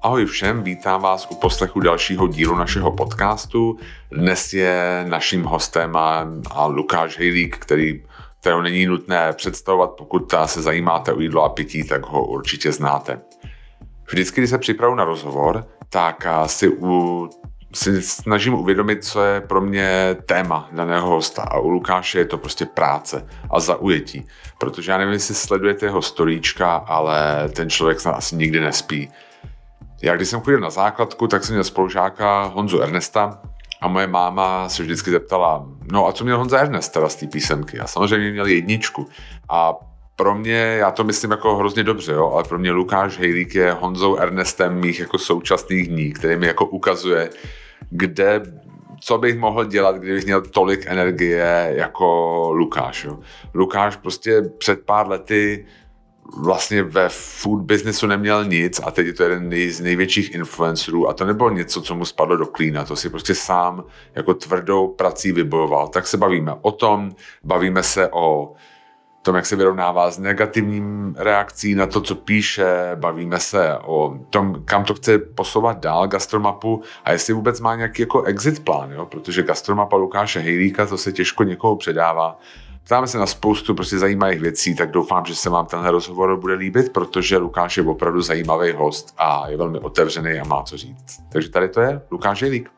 Ahoj všem, vítám vás u poslechu dalšího dílu našeho podcastu. Dnes je naším hostem a Lukáš Hejlík, kterého není nutné představovat, pokud se zajímáte o jídlo a pití, tak ho určitě znáte. Vždycky, když se připravu na rozhovor, tak si snažím uvědomit, co je pro mě téma daného hosta. A u Lukáše je to prostě práce a zaujetí. Protože já nevím, jestli sledujete jeho storíčka, ale ten člověk snad asi nikdy nespí. Já když jsem chodil na základku, tak jsem měl spolužáka Honzu Ernesta a moje máma se vždycky zeptala, no a co měl Honza Ernest z té písemky? A samozřejmě měl 1. A pro mě, já to myslím jako hrozně dobře, jo, ale pro mě Lukáš Hejlík je Honzou Ernestem mých jako současných dní, který mi jako ukazuje, co bych mohl dělat, kdybych měl tolik energie jako Lukáš. Jo. Lukáš prostě před pár lety vlastně ve food businessu neměl nic a teď je to jeden z největších influencerů a to nebylo něco, co mu spadlo do klína, to si prostě sám jako tvrdou prací vybojoval. Tak se bavíme o tom, bavíme se o tom, jak se vyrovnává s negativním reakcí na to, co píše, bavíme se o tom, kam to chce posouvat dál Gastromapu a jestli vůbec má nějaký jako exit plán, jo? Protože Gastromapa Lukáše Hejlíka, to se těžko někoho předává. Ptáme se na spoustu prostě zajímavých věcí, tak doufám, že se vám tenhle rozhovor bude líbit, protože Lukáš je opravdu zajímavý host a je velmi otevřený a má co říct. Takže tady to je Lukáš Hejlík.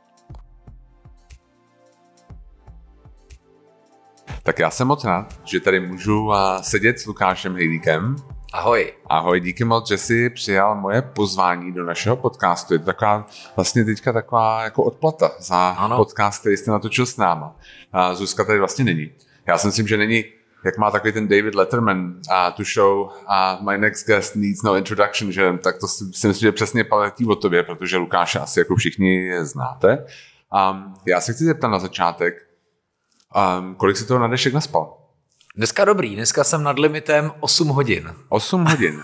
Tak já jsem moc rád, že tady můžu sedět s Lukášem Hejlíkem. Ahoj. Ahoj, díky moc, že jsi přijal moje pozvání do našeho podcastu. Je to taková, vlastně teďka taková jako odplata za podcast, který jste natočil s náma. A Zuzka tady vlastně není. Já si myslím, že není, jak má takový ten David Letterman tu show My Next Guest Needs No Introduction, že tak to si myslím, že přesně platí o tobě, protože Lukáše asi jako všichni znáte. Já se chci zeptat na začátek, kolik si toho na dnešek naspal? Dneska dobrý, dneska jsem nad limitem 8 hodin. 8 hodin.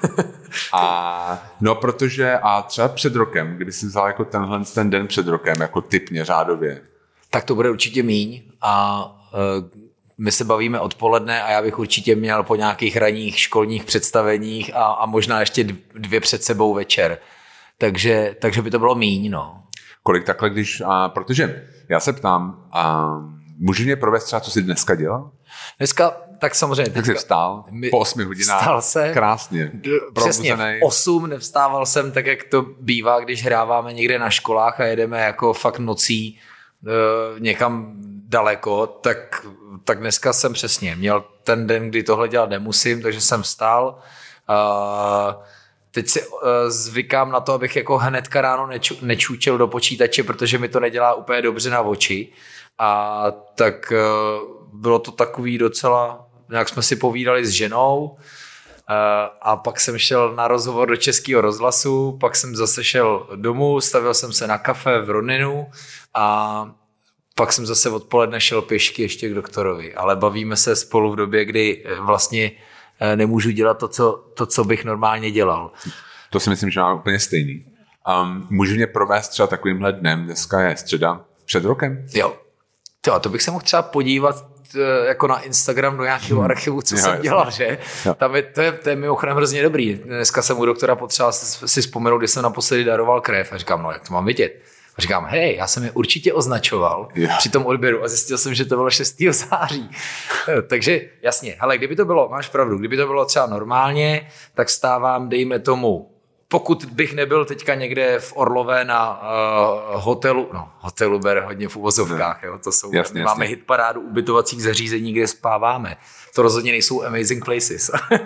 Protože třeba před rokem, kdy jsi vzal jako ten den před rokem, jako typně řádově. Tak to bude určitě míň a my se bavíme odpoledne a já bych určitě měl po nějakých ranních školních představeních a možná ještě 2 před sebou večer. Takže by to bylo míň, no. Kolik takhle, protože já se ptám, můžu mě provést třeba, co jsi dneska dělal? Dneska, tak samozřejmě. Tak jsi vstál po 8 hodinách. Vstal jsem. Krásně. Přesně, v 8 nevstával jsem tak, jak to bývá, když hráváme někde na školách a jedeme jako fakt nocí někam daleko, tak dneska jsem přesně měl ten den, kdy tohle dělat nemusím, takže jsem vstal. Teď si zvykám na to, abych jako hnedka ráno nečučil do počítače, protože mi to nedělá úplně dobře na oči. A tak bylo to takový docela, nějak jsme si povídali s ženou a pak jsem šel na rozhovor do Českého rozhlasu, pak jsem zase šel domů, stavil jsem se na kafe v Roninu a pak jsem zase odpoledne šel pěšky ještě k doktorovi, ale bavíme se spolu v době, kdy vlastně nemůžu dělat to, co bych normálně dělal. To si myslím, že mám úplně stejný. Můžu mě provést třeba takovýmhle dnem, dneska je středa, před rokem? Jo, to bych se mohl třeba podívat jako na Instagram do nějakého archivu, co jsem dělal, že? Tam to je mimochodem hrozně dobrý. Dneska jsem u doktora potřeboval si vzpomenout, kdy jsem naposledy daroval krev a říkám, no jak to mám vidět? A říkám, hej, já jsem je určitě označoval při tom odběru a zjistil jsem, že to bylo 6. září. Takže jasně, hele, kdyby to bylo, máš pravdu, kdyby to bylo třeba normálně, tak vstávám, dejme tomu, pokud bych nebyl teďka někde v Orlové na hotelu ber hodně v uvozovkách, jo, to jsou, jasně. Máme hitparádu ubytovacích zařízení, kde spáváme. To rozhodně nejsou amazing places.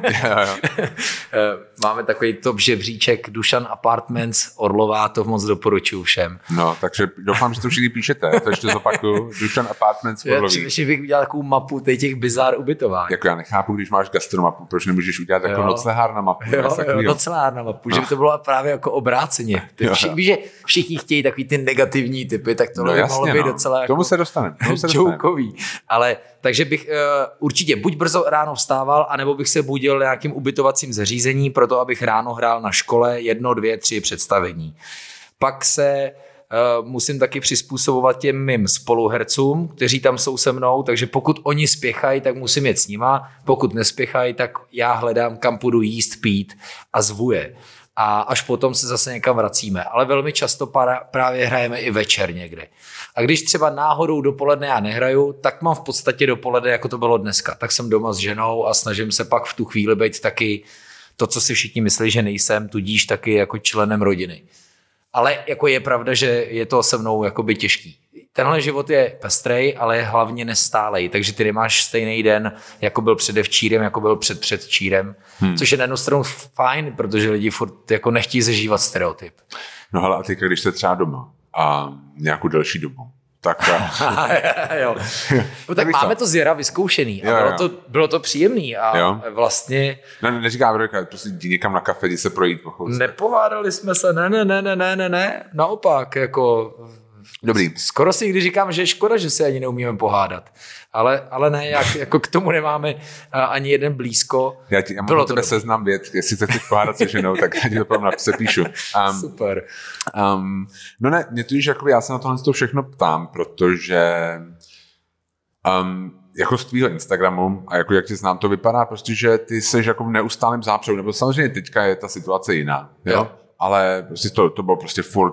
Máme takový top žebříček Dušan Apartments Orlová, to moc doporučuji všem. No, takže doufám, že to všichni píšete, to ještě zopakuju, Dušan Apartments Orlový. Především bych udělal takovou mapu těch bizár ubytování. Jako já nechápu, když máš gastromapu, proč nemůžeš udělat jako noclehárna mapu? Noclehárna mapu, že by to bylo právě jako obráceně. Víš, že všichni chtějí takový ty negativní typy, tak to by mohlo být docela jako tomu se dostaneme. Jokový. Ale takže bych určitě buď brzo ráno vstával, anebo bych se budil nějakým ubytovacím zařízení, proto abych ráno hrál na škole 1, 2, 3 představení. Pak se musím taky přizpůsobovat těm mým spoluhercům, kteří tam jsou se mnou, takže pokud oni spěchají, tak musím jet s nima, pokud nespěchají, tak já hledám, kam půjdu jíst, pít a zvu je. a až potom se zase někam vracíme. Ale velmi často právě hrajeme i večer někde. A když třeba náhodou dopoledne já nehraju, tak mám v podstatě dopoledne, jako to bylo dneska. Tak jsem doma s ženou a snažím se pak v tu chvíli být taky to, co si všichni myslí, že nejsem, tudíž taky jako členem rodiny. Ale jako je pravda, že je to se mnou jakoby těžký. Tenhle život je pestrej, ale je hlavně nestálej, takže ty nemáš stejný den, jako byl předevčírem, jako byl předčírem, což je na jednu stranu fajn, protože lidi furt jako nechtějí zažívat stereotyp. No hele, a teď, když jste třeba doma a nějakou delší dobu, tak... jo. No, tak máme to z jara vyzkoušený a bylo to příjemný a vlastně... No, neříkám, Veronika, prostě jdi někam na kafe, jdi se projít. Nepohádali jsme se, ne, naopak, jako... Dobrý. Skoro si když říkám, že je škoda, že se ani neumíme pohádat. Ale ne, jako k tomu nemáme ani jeden blízko. Já mám tebe seznam věc, jestli se chceš pohádat se ženou, tak já ti to potom sepíšu. Super. No ne, mě tudíž, já se na tohle všechno ptám, protože jako z tvýho Instagramu a jako jak tě znám, to vypadá prostě, že ty seš jako v neustálém zápřehu, nebo samozřejmě teďka je ta situace jiná, jo? Ale prostě to bylo prostě furt...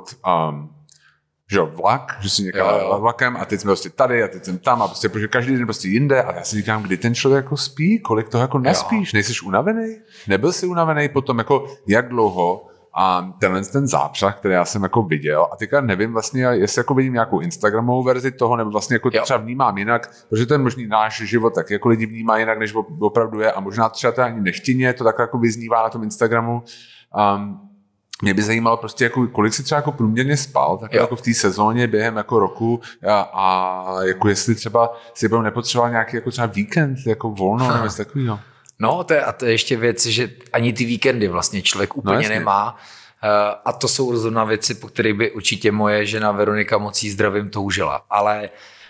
že jo, vlak, že si někam vlakem a teď jsme prostě tady a teď jsem tam a prostě protože každý den prostě jinde a já si říkám, kdy ten člověk jako spí, kolik toho jako nespíš, nejsiš unavený? Nebyl jsi unavený potom jako jak dlouho a ten zápřah, který já jsem jako viděl a teďka nevím vlastně, jestli jako vidím nějakou Instagramovou verzi toho nebo vlastně jako třeba vnímám jinak, protože to je možný náš život, tak jako lidi vnímá jinak, než opravdu je a možná třeba to ani nechtěně, to tak jako vyznívá na tom Instagramu. Mě by zajímalo prostě, jako, kolik jsi třeba jako průměrně spal, tak jako v té sezóně během jako roku a jako jestli třeba si byl nepotřeboval nějaký jako třeba víkend, jako volno nebo něco takového. No, to je ještě věc, že ani ty víkendy vlastně člověk úplně nemá a to jsou rozhodná věci, po kterých by určitě moje žena Veronika mocí zdravím toužila, ale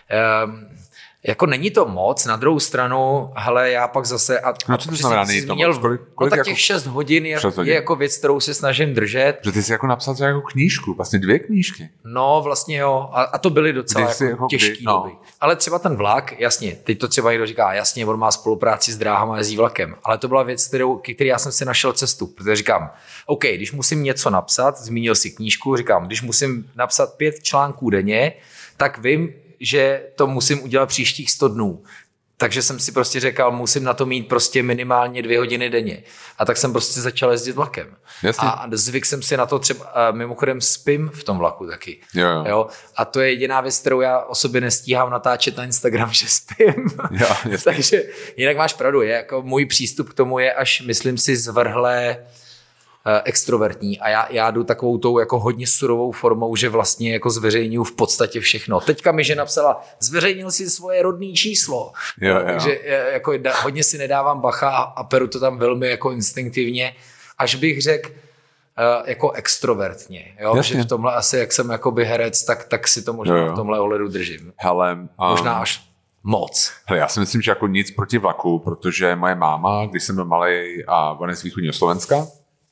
jako není to moc, na druhou stranu, hele, já pak zase... No co to znamená, není to moc? No tak těch 6 hodin je jako věc, kterou se snažím držet. Že ty jsi jako napsal třeba jako knížku, vlastně 2 knížky. No vlastně jo, a to byly docela jako těžký doby. Ale třeba ten vlak, jasně, teď to třeba někdo říká, jasně, on má spolupráci s dráhama a jezdí vlakem, ale to byla věc, který já jsem si našel cestu, protože říkám, OK, když musím něco napsat, zmínil si knížku, říkám, když musím napsat 5 článků denně, tak vím, že to musím udělat příštích 100 dnů. Takže jsem si prostě řekl, musím na to mít prostě minimálně 2 hodiny denně. A tak jsem prostě začal jezdit vlakem. Jasně. A zvyk jsem si na to třeba, mimochodem spím v tom vlaku taky. Jo. A to je jediná věc, kterou já o sobě nestíhám natáčet na Instagram, že spím. Takže jinak máš pravdu, jako můj přístup k tomu je až, myslím si, zvrhlé extrovertní a já jdu takovou tou jako hodně surovou formou, že vlastně jako zveřejňuji v podstatě všechno. Teďka mi že napsala, zveřejnil si svoje rodné číslo. Takže jako hodně si nedávám bacha a peru to tam velmi jako instinktivně, až bych řekl jako extrovertně. Jo? Že v tomhle asi, jak jsem jakoby herec, tak si to možná v tomhle ohledu držím. Hele, možná až moc. Hele, já si myslím, že jako nic proti vlaku, protože moje máma, když jsem byl malej a ona je z východního Slovenska,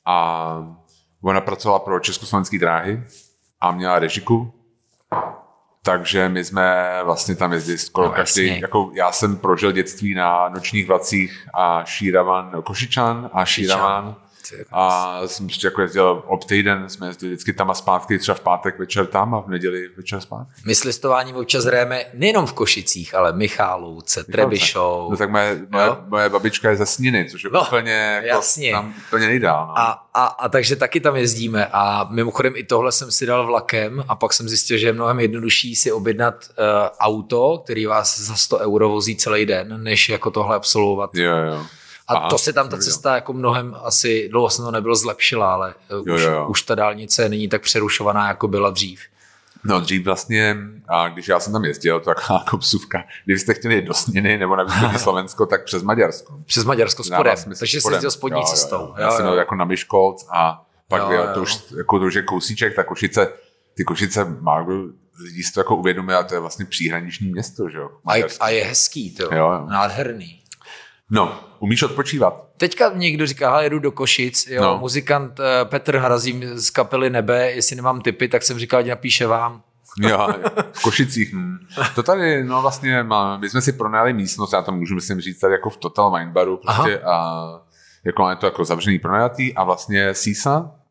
a ona pracovala pro Československé dráhy a měla režiku, takže my jsme vlastně tam jezdili skoro každý, jako já jsem prožil dětství na nočních vlacích a Šíravan, Košičan a Šíravan a jsem prostě jako jezdil týden, jsme jezdili vždycky tam a zpátky, třeba v pátek večer tam a v neděli večer zpátky. My s listováním občas hrajeme nejenom v Košicích, ale Michalovce, Trebišov. No tak moje babička je ze Sniny, což je úplně jako, tam úplně nejdál. No. A takže taky tam jezdíme a mimochodem i tohle jsem si dal vlakem a pak jsem zjistil, že je mnohem jednodušší si objednat auto, který vás za 100 € vozí celý den, než jako tohle absolvovat. Jo. A to se tam ta cesta jako mnohem asi, dlouho jsem to nebyl zlepšila, ale už ta dálnice není tak přerušovaná, jako byla dřív. No dřív vlastně, a když já jsem tam jezdil, to taková jako psuvka, kdybyste chtěli jít do Sniny nebo na východní Slovensko, tak přes Maďarsko. Přes Maďarsko spodem, takže jsi jezdil spodní cestou. Já jsem byl jako na Myškolc a pak to už je kousíček, ta Košice má lidí si to jako uvědomí a to je vlastně příhraniční město, že jo? A je hezký to, nádherný. No, umíš odpočívat? Teďka někdo říká, jedu do Košic, muzikant Petr Hrazím z kapely Nebe, jestli nemám tipy, tak jsem říkal, ať napíše vám. Jo, v Košicích. To tady, no vlastně, my jsme si pronajali místnost, já to můžu myslím říct tady jako v Total Wine Baru, prostě a jako je to jako zavřený pronajatý a vlastně Sísa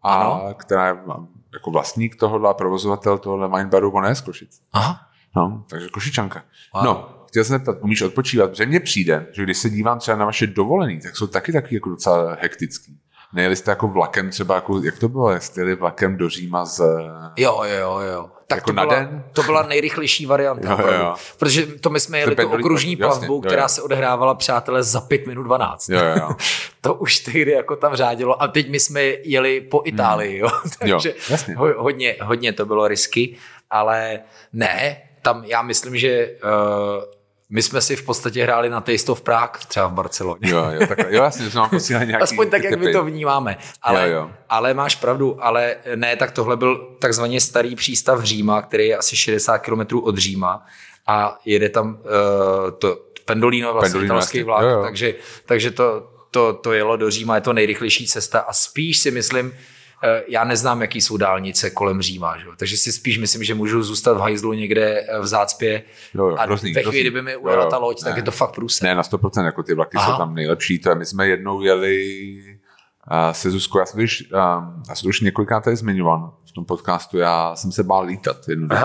a která je jako vlastník tohohle a provozovatel tohohle winebaru, ona je z Košic. Aha. No, takže Košičanka. Wow. No, chtěl jsem zeptat, umíš odpočívat? Protože mně přijde, že když se dívám třeba na vaše dovolený, tak jsou taky jako docela hektický. Nejeli jste jako vlakem třeba, jako, jak to bylo, jste jeli vlakem do Říma z... Jo. Tak jako na den? To byla nejrychlejší varianta. Jo. Protože my jsme jeli tu okružní plavbu, která se odehrávala, přátelé, za 5 minut 12. Jo. To už tehdy jako tam řádilo. A teď my jsme jeli po Itálii, jo. Takže hodně to bylo risky, ale ne, tam já myslím, že my jsme si v podstatě hráli na Taste of Prague, třeba v Barceloně. Jo, jasně, že mám posílat nějaký... Aspoň tak, jak my to vnímáme. Ale máš pravdu, ale ne, tak tohle byl takzvaně starý přístav Říma, který je asi 60 km od Říma a jede tam Pendolino, vlastně italský vlak, takže to jelo do Říma, je to nejrychlejší cesta a spíš si myslím, já neznám, jaký jsou dálnice kolem Říma, že? Takže si spíš myslím, že můžu zůstat v hajzlu někde v zácpě a ve chvíli, kdyby mi ujela ta loď, tak je to fakt průser. Ne, na 100%, jako ty vlaky jsou tam nejlepší. My jsme jednou jeli se Zuzkou, já jsem to už několikrát tady zmiňoval v tom podcastu, já jsem se bál lítat jednu dobu.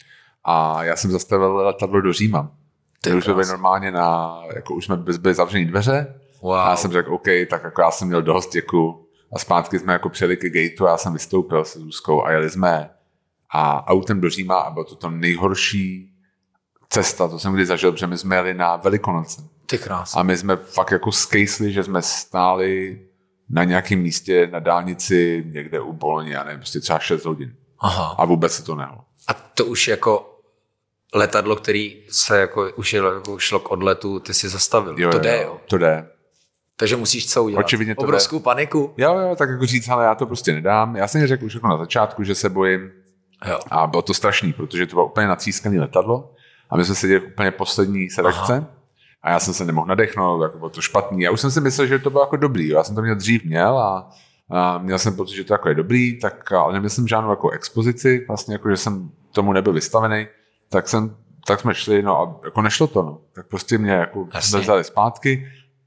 A já jsem zastavil letadlo do Říma. Už jsme byli normálně jako už jsme byli zavřený dveře. Wow. A já jsem řekl, OK, tak jako já jsem měl dost, děkuju. A zpátky jsme jako přijeli ke gateu a já jsem vystoupil se Zuzkou a jeli jsme autem do Říma a bylo to nejhorší cesta, to jsem kdy zažil, protože my jsme jeli na Velikonoce. Ty krásný. A my jsme fakt jako skejsli, že jsme stáli na nějakém místě na dálnici někde u Bologny, já nevím, prostě třeba 6 hodin. Aha. A vůbec se to nehlo. A to už jako letadlo, který se jako už šlo k odletu, ty si zastavil. To jde. Takže musíš co udělat? Očividně to obrovskou paniku? Jo, tak jako říct, ale já to prostě nedám. Já jsem řekl už jako na začátku, že se bojím. Jo. A bylo to strašný, protože to bylo úplně natřískané letadlo a my jsme seděli v úplně poslední sedačce a já jsem se nemohl nadechnout, jako bylo to špatný. Já už jsem si myslel, že to bylo jako dobrý. Já jsem to dřív měl a měl jsem pocit, že to jako je dobrý, ale neměl jsem žádnou jako expozici, vlastně jako, že jsem tomu nebyl vystavený, tak jsme šli, no a jako nešlo to, no. Tak prostě mě jako vzali zpátky.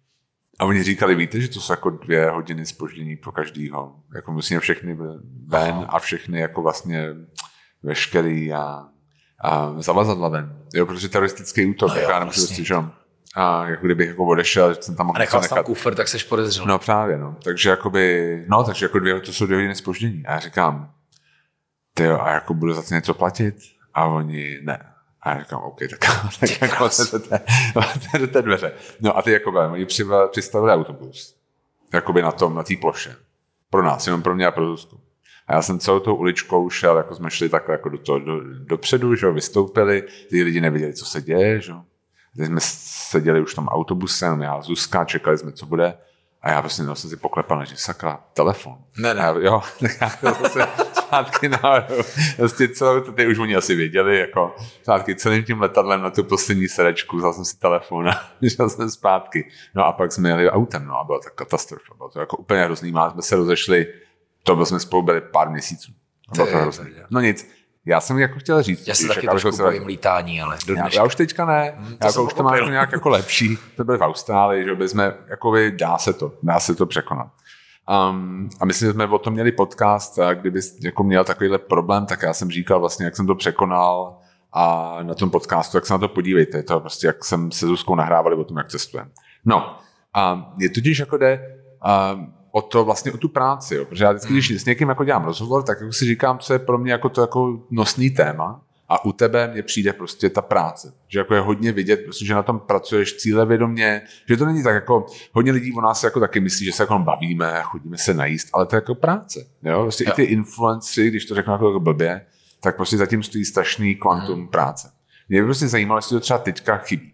A oni říkali, víte, že to jsou jako 2 hodiny zpoždění pro každýho. Jako musíme všechny ven a všechny jako vlastně veškerý a zavazadla ven. Jo, protože teroristický útok, no jo, já nemůžu vlastně. A jako kdybych jako odešel, že jsem tam mohl nechat. A nechal tam kufr, tak seš podezřel. No právě, no. Takže jakoby, takže jako to jsou 2 hodiny zpoždění. A já říkám, tyjo, a jako budu za to něco platit? A oni, ne. A já říkám, OK, tak jako do té dveře. No a ty jako oni přistavili autobus. Jakoby na té ploše. Pro nás, jenom pro mě a pro Zuzku. A já jsem celou tou uličkou šel, jako jsme šli takhle jako dopředu, že jo, vystoupili, ty lidi nevěděli, co se děje, že jo. Teď jsme seděli už v tom autobusem, já a Zuzka, čekali jsme, co bude. A já prostě jsem si poklepal, že sakra, telefon. Ne. Jo, tak já se zpátky nahoru. Prostě ty už oni asi věděli, jako zpátky celým tím letadlem na tu poslední sedačku, vzal jsem si telefon a šel jsem zpátky. No a pak jsme jeli autem, no a byla to katastrofa. Bylo to jako úplně hrozný, jsme se rozešli, to jsme spolu byli pár měsíců. Bylo to hrozný. No nic, já jsem jako chtěl říct. Já se taky trošku bojím lítání, ale do dneška. Já už teďka ne, jako už to mám nějak jako lepší. To byly v Austrálii, že by jsme, jakoby dá se to překonat. A myslím, že jsme o tom měli podcast a kdyby jako měl takovýhle problém, tak já jsem říkal vlastně, jak jsem to překonal a na tom podcastu, jak se na to podívejte, to prostě, jak jsem se Zuzkou nahrávali o tom, jak cestujeme. No, a je totiž jako jde o tu práci, jo, protože já vždycky, když s někým jako dělám rozhovor, tak jako si říkám, co je pro mě jako to jako nosný téma a u tebe mně přijde prostě ta práce, že jako je hodně vidět, prostě, že na tom pracuješ cílevědomě, že to není tak jako, hodně lidí o nás jako taky myslí, že se jako bavíme, chodíme se najíst, ale to je jako práce, jo, prostě i ty influencery, když to řeknu jako blbě, tak prostě zatím stojí strašný kvantum práce. Mě by prostě zajímalo, jestli to třeba teďka chybí.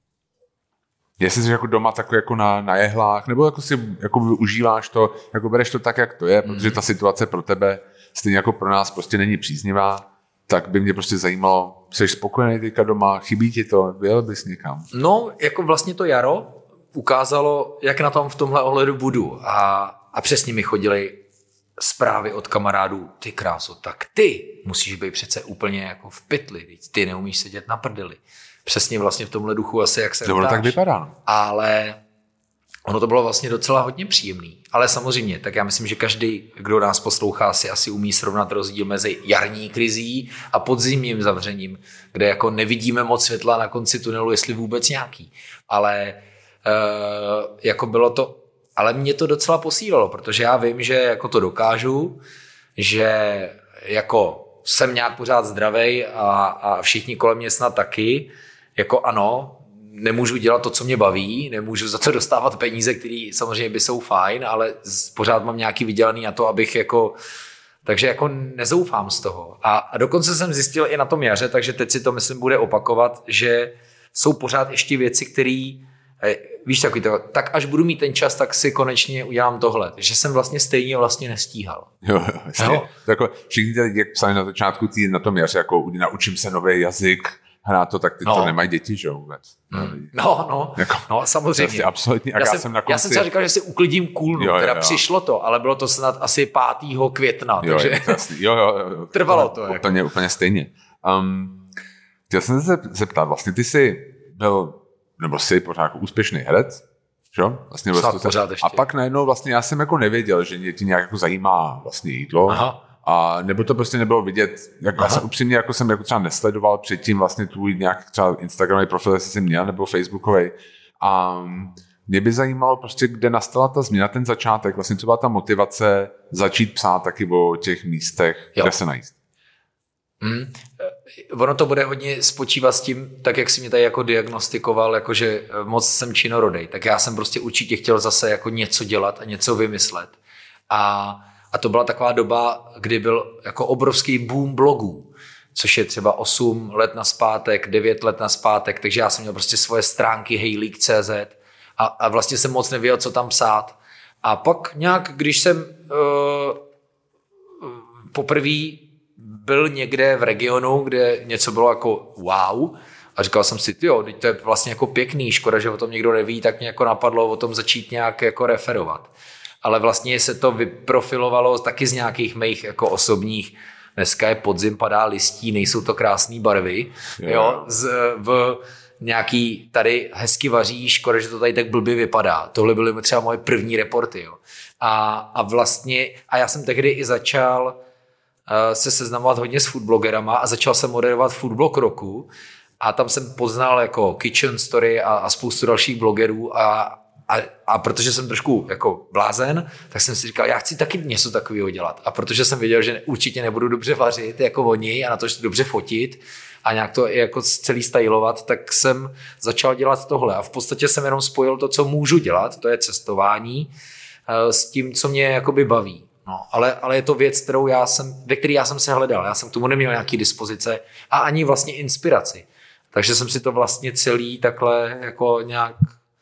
Jestli jsi jako doma takový jako na jehlách, nebo jako si jako užíváš to, jako bereš to tak, jak to je, protože ta situace pro tebe stejně jako pro nás prostě není příznivá, tak by mě prostě zajímalo, jsi spokojený teďka doma, chybí ti to, vyjel bys někam? No, jako vlastně to jaro ukázalo, jak na tom v tomhle ohledu budu a přesně mi chodily zprávy od kamarádů, ty kráso, tak ty musíš být přece úplně jako v pytli, ty neumíš sedět na prdeli. Přesně vlastně v tomhle duchu asi, jak se to tak vypadá. ono to bylo vlastně docela hodně příjemný. Ale samozřejmě, tak já myslím, že každý, kdo nás poslouchá, si asi umí srovnat rozdíl mezi jarní krizí a podzimním zavřením, kde jako nevidíme moc světla na konci tunelu, jestli vůbec nějaký. Ale jako bylo to, ale mě to docela posílilo, protože já vím, že jako to dokážu, že jako jsem nějak pořád zdravej a všichni kolem mě snad taky, jako ano, nemůžu dělat to, co mě baví, nemůžu za to dostávat peníze, které samozřejmě by jsou fajn, ale pořád mám nějaký vydělaný na to, abych jako, takže jako nezoufám z toho. A dokonce jsem zjistil i na tom jaře, takže teď si to myslím bude opakovat, že jsou pořád ještě věci, které víš takový to, tak až budu mít ten čas, tak si konečně udělám tohle. Že jsem vlastně stejně nestíhal. Jo, jako všichni tady, jak psali na začátku na tom jaře, jako naučím se nový jazyk, hrát to, tak ty to nemají děti, že vůbec. No, samozřejmě. Absolutně. Já jsem třeba říkal, že si uklidím kůlnu, přišlo to, ale bylo to snad asi 5. května, takže trvalo to. Úplně stejně. Chtěl jsem se zeptat, vlastně ty jsi byl, nebo jsi pořád jako úspěšný herec, že? Vlastně a pak najednou vlastně já jsem jako nevěděl, že tě nějak jako zajímá vlastně jídlo. Aha. A nebo to prostě nebylo vidět, já jsem upřímně jako jsem jako třeba nesledoval předtím vlastně tvůj nějak třeba Instagramový profil, jestli jsi měl, nebo Facebookový. A mě by zajímalo prostě, kde nastala ta změna, ten začátek, vlastně co byla ta motivace začít psát taky o těch místech, kde se najíst. Ono to bude hodně spočívat s tím, tak jak jsi mě tady jako diagnostikoval, jakože moc jsem činorodej, tak já jsem prostě určitě chtěl zase jako něco dělat a něco vymyslet. A to byla taková doba, kdy byl jako obrovský boom blogů, což je třeba 8 let nazpátek, 9 let nazpátek, takže já jsem měl prostě svoje stránky hejleak.cz a vlastně jsem moc nevěděl, co tam psát. A pak nějak, když jsem poprvé byl někde v regionu, kde něco bylo jako wow, a říkal jsem si, teď to je vlastně jako pěkný, škoda, že o tom někdo neví, tak mě jako napadlo o tom začít nějak jako referovat. Ale vlastně se to vyprofilovalo taky z nějakých mých jako osobních, dneska je podzim, padá listí, nejsou to krásné barvy, v nějaký tady hezky vaří, škoda, že to tady tak blbě vypadá. Tohle byly třeba moje první reporty. Jo. A vlastně, a já jsem tehdy i začal se seznamovat hodně s foodblogerama a začal jsem moderovat Foodblog roku a tam jsem poznal jako Kitchen Story a spoustu dalších blogerů a protože jsem trošku jako blázen, tak jsem si říkal, já chci taky něco takového dělat. A protože jsem věděl, že určitě nebudu dobře vařit jako oni a na to dobře fotit a nějak to jako celý stylovat, tak jsem začal dělat tohle. A v podstatě jsem jenom spojil to, co můžu dělat, to je cestování, s tím, co mě jakoby baví. No, ale je to věc, ve které já jsem se hledal. Já jsem k tomu neměl nějaký dispozice a ani vlastně inspiraci. Takže jsem si to vlastně celý takhle jako nějak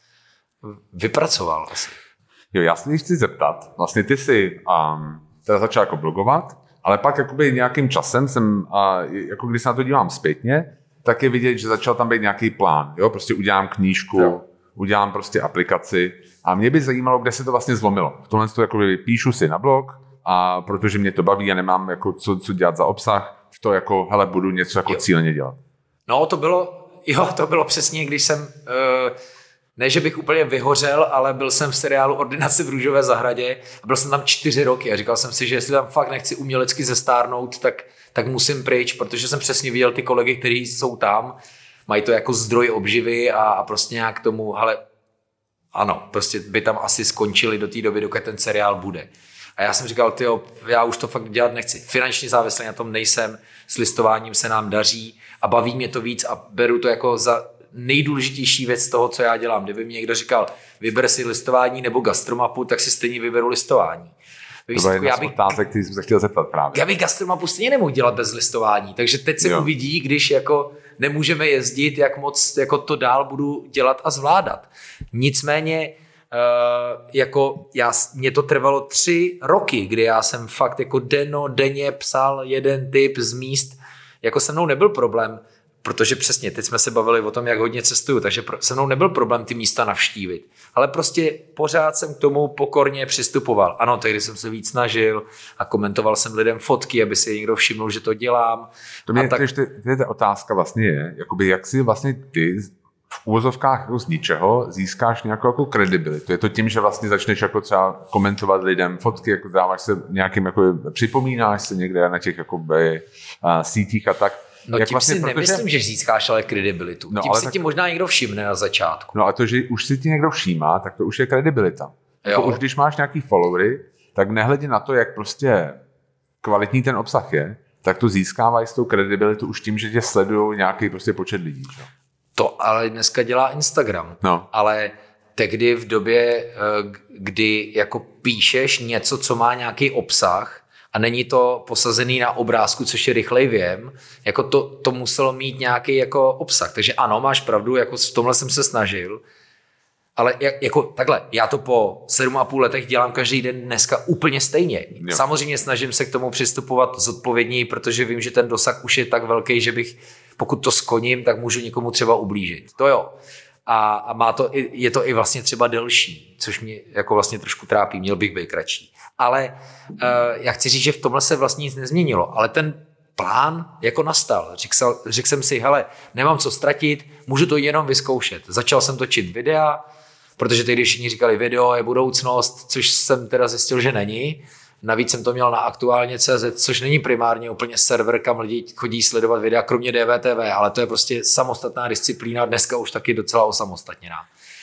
vypracoval asi. Jo, já se chci zeptat. Vlastně ty jsi teda začal jako blogovat, ale pak jakoby nějakým časem jsem, jako když se na to dívám zpětně, tak je vidět, že začal tam být nějaký plán. Jo? Prostě udělám knížku, udělám prostě aplikaci a mě by zajímalo, kde se to vlastně zlomilo. V tomhle to jakoby píšu si na blog a protože mě to baví a nemám jako co dělat za obsah, v to jako hele, budu něco jako cíleně dělat. No to bylo přesně, když jsem ne, že bych úplně vyhořel, ale byl jsem v seriálu Ordinace v Růžové zahradě a byl jsem tam 4 roky a říkal jsem si, že jestli tam fakt nechci umělecky zestárnout, tak musím pryč, protože jsem přesně viděl ty kolegy, kteří jsou tam, mají to jako zdroj obživy a prostě nějak tomu, ale ano, prostě by tam asi skončili do té doby, dokud ten seriál bude. A já jsem říkal, já už to fakt dělat nechci. Finančně závislý na tom nejsem, s listováním se nám daří a baví mě to víc a beru to jako za nejdůležitější věc z toho, co já dělám. Kdyby mi někdo říkal, vyber si listování nebo gastromapu, tak si stejně vyberu listování. To je jedna z otázek, který jsem se chtěl zeptat právě. Já bych gastromapu stejně nemohl dělat bez listování, takže teď se uvidí, když jako nemůžeme jezdit, jak moc jako to dál budu dělat a zvládat. Nicméně mě to trvalo 3 roky, kdy já jsem fakt jako denně psal jeden tip z míst, jako se mnou nebyl problém, protože přesně, teď jsme se bavili o tom, jak hodně cestuju, takže se mnou nebyl problém ty místa navštívit. Ale prostě pořád jsem k tomu pokorně přistupoval. Ano, tehdy jsem se víc snažil a komentoval jsem lidem fotky, aby si někdo všiml, že to dělám. Ta otázka vlastně je, jakoby jak si vlastně ty v úvozovkách jako z ničeho získáš nějakou jako kredibilitu. Je to tím, že vlastně začneš jako třeba komentovat lidem fotky, jako dáváš se nějakým, jako připomínáš se někde na těch jakoby sítích a tak. No jak tím vlastně, si nemyslím, že získáš ale kredibilitu. No, tím ale si tak... ti možná někdo všimne na začátku. No a to, že už si ti někdo všímá, tak to už je kredibilita. Jako už když máš nějaký followery, tak nehledě na to, jak prostě kvalitní ten obsah je, tak to získávají s tou kredibilitu už tím, že tě sledují nějaký prostě počet lidí. Že? To ale dneska dělá Instagram. No. Ale tehdy v době, kdy jako píšeš něco, co má nějaký obsah, a není to posazený na obrázku, což je rychlej věm, jako to muselo mít nějaký jako obsah. Takže ano, máš pravdu, jako v tomhle jsem se snažil, ale jako takhle, já to po 7,5 letech dělám každý den dneska úplně stejně. Jo. Samozřejmě snažím se k tomu přistupovat zodpovědněji, protože vím, že ten dosah už je tak velký, že bych, pokud to skoním, tak můžu někomu třeba ublížit. To jo. A je to i vlastně třeba delší, což mě jako vlastně trošku trápí, měl bych být kratší. Ale já chci říct, že v tomhle se vlastně nic nezměnilo, ale ten plán jako nastal. Řekl jsem si, hele, nemám co ztratit, můžu to jenom vyzkoušet. Začal jsem točit videa, protože tehdy všichni říkali, video je budoucnost, což jsem teda zjistil, že není. Navíc jsem to měl na aktuálně.cz, což není primárně úplně server, kam lidi chodí sledovat videa, kromě DVTV, ale to je prostě samostatná disciplína, dneska už taky docela osamostatněná.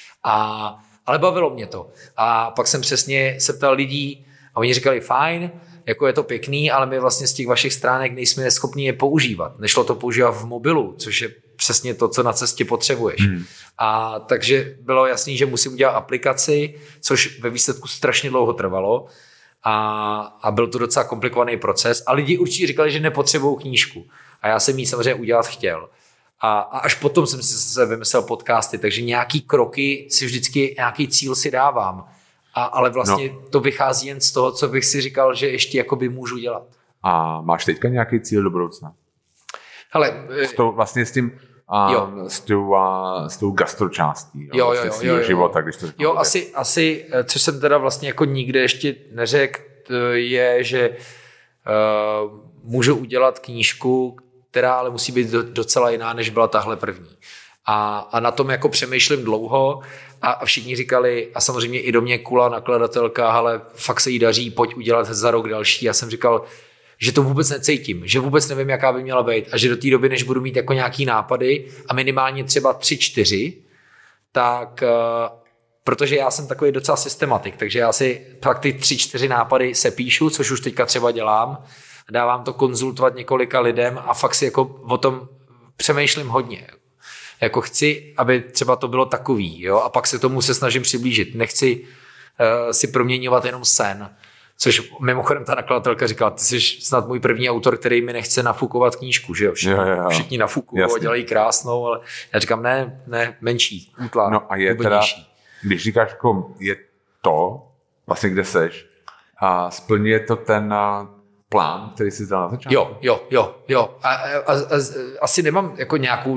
Ale bavilo mě to. A pak jsem přesně se ptal lidí a oni říkali, fajn, jako je to pěkný, ale my vlastně z těch vašich stránek nejsme schopni je používat. Nešlo to používat v mobilu, což je přesně to, co na cestě potřebuješ. A takže bylo jasný, že musím udělat aplikaci, což ve výsledku strašně dlouho trvalo a byl to docela komplikovaný proces a lidi určitě říkali, že nepotřebují knížku. A já jsem ji samozřejmě udělat chtěl. A až potom jsem si vymyslel podcasty, takže nějaký kroky si vždycky, nějaký cíl si dávám. Ale vlastně to vychází jen z toho, co bych si říkal, že ještě jakoby můžu dělat. A máš teďka nějaký cíl do budoucna? Hele, vlastně s tím s tou gastročástí. Jo. Života, když to řeknu. Jo, asi, co jsem teda vlastně jako nikde ještě neřekl, je, že můžu udělat knížku, která ale musí být docela jiná, než byla tahle první. A na tom jako přemýšlím dlouho a všichni říkali, a samozřejmě i do mě Kula, nakladatelka, ale fakt se jí daří, pojď udělat za rok další. Já jsem říkal, že to vůbec necítím, že vůbec nevím, jaká by měla být a že do té doby, než budu mít jako nějaký nápady a minimálně třeba 3-4, tak protože já jsem takový docela systematik, takže já si pak ty 3-4 nápady sepíšu, což už teďka třeba dělám, dávám to konzultovat několika lidem a fakt si jako o tom přemýšlím hodně. Jako chci, aby třeba to bylo takový, jo, a pak se tomu se snažím přiblížit. Nechci si proměňovat jenom sen, což mimochodem ta nakladatelka říkala, ty jsi snad můj první autor, který mi nechce nafukovat knížku, že jo? Všichni nafukují a dělají krásnou, ale já říkám, ne, menší, útlá. No a je teda, když říkáš, jako je to, vlastně kde seš, a splňuje to ten plán, který jsi dal na začátku? Jo. A asi nemám jako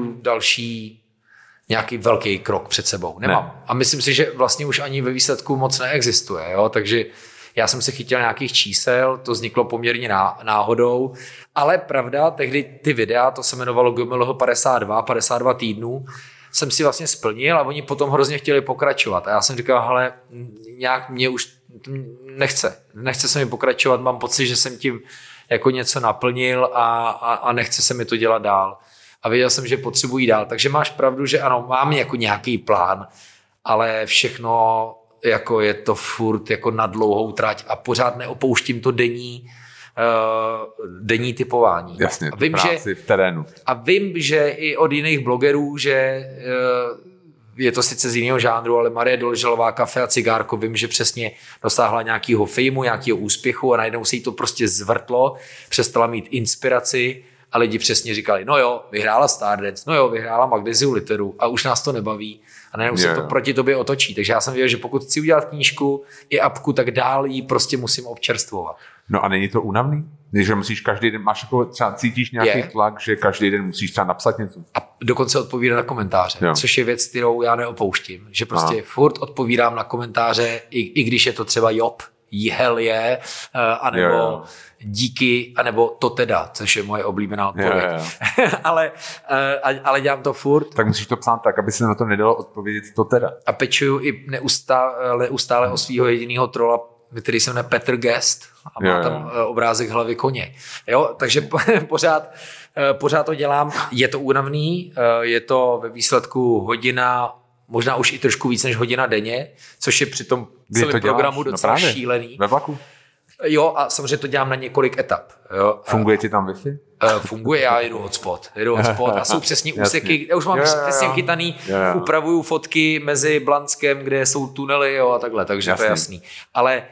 nějaký velký krok před sebou. Nemám. Ne. A myslím si, že vlastně už ani ve výsledku moc neexistuje. Jo? Takže já jsem se chytil nějakých čísel, to vzniklo poměrně náhodou, ale pravda, tehdy ty videa, to se jmenovalo GMLH 52 týdnů, jsem si vlastně splnil a oni potom hrozně chtěli pokračovat. A já jsem říkal, hele, nějak mě už nechce se mi pokračovat, mám pocit, že jsem tím jako něco naplnil a nechce se mi to dělat dál. A věděl jsem, že potřebuji dál. Takže máš pravdu, že ano, mám jako nějaký plán, ale všechno jako je to furt jako na dlouhou trať a pořád neopouštím to denní typování. Jasně, a vím, práci v terénu. A vím, že i od jiných blogerů, že je to sice z jiného žánru, ale Marie Doležalová, Kafe a cigárko, vím, že přesně dosáhla nějakého fejmu, nějakého úspěchu a najednou se jí to prostě zvrtlo, přestala mít inspiraci a lidi přesně říkali, no jo, vyhrála Stardance, no jo, vyhrála Magnéziu literu a už nás to nebaví a najednou se to proti tobě otočí. Takže já jsem věděl, že pokud chci udělat knížku i apku, tak dál ji prostě musím občerstvovat. No a není to únavný? Že musíš každý den, máš jako třeba cítíš nějaký tlak, že každý den musíš třeba napsat něco? A dokonce odpovídat na komentáře, což je věc, kterou já neopouštím. Že prostě furt odpovídám na komentáře, i když je to třeba Job, hell je, anebo díky, anebo to teda, což je moje oblíbená odpověď. ale dělám to furt. Tak musíš to psát tak, aby se na to nedalo odpovědět to teda. A pečuju i neustále o svýho jedinýho trola, který se jmenuje Petr Guest a má tam obrázek hlavy koně. Jo, takže pořád to dělám. Je to únavný, je to ve výsledku hodina, možná už i trošku víc než hodina denně, což je při tom celém programu docela šílený. Ve vlaku? Jo, a samozřejmě to dělám na několik etap. Jo. Funguje ti tam Wi-Fi? Funguje, já jedu hotspot a jsou přesně úseky, já už mám přesně chytaný, upravuju fotky mezi Blanskem, kde jsou tunely, jo, a takhle, takže to je jasný. Ale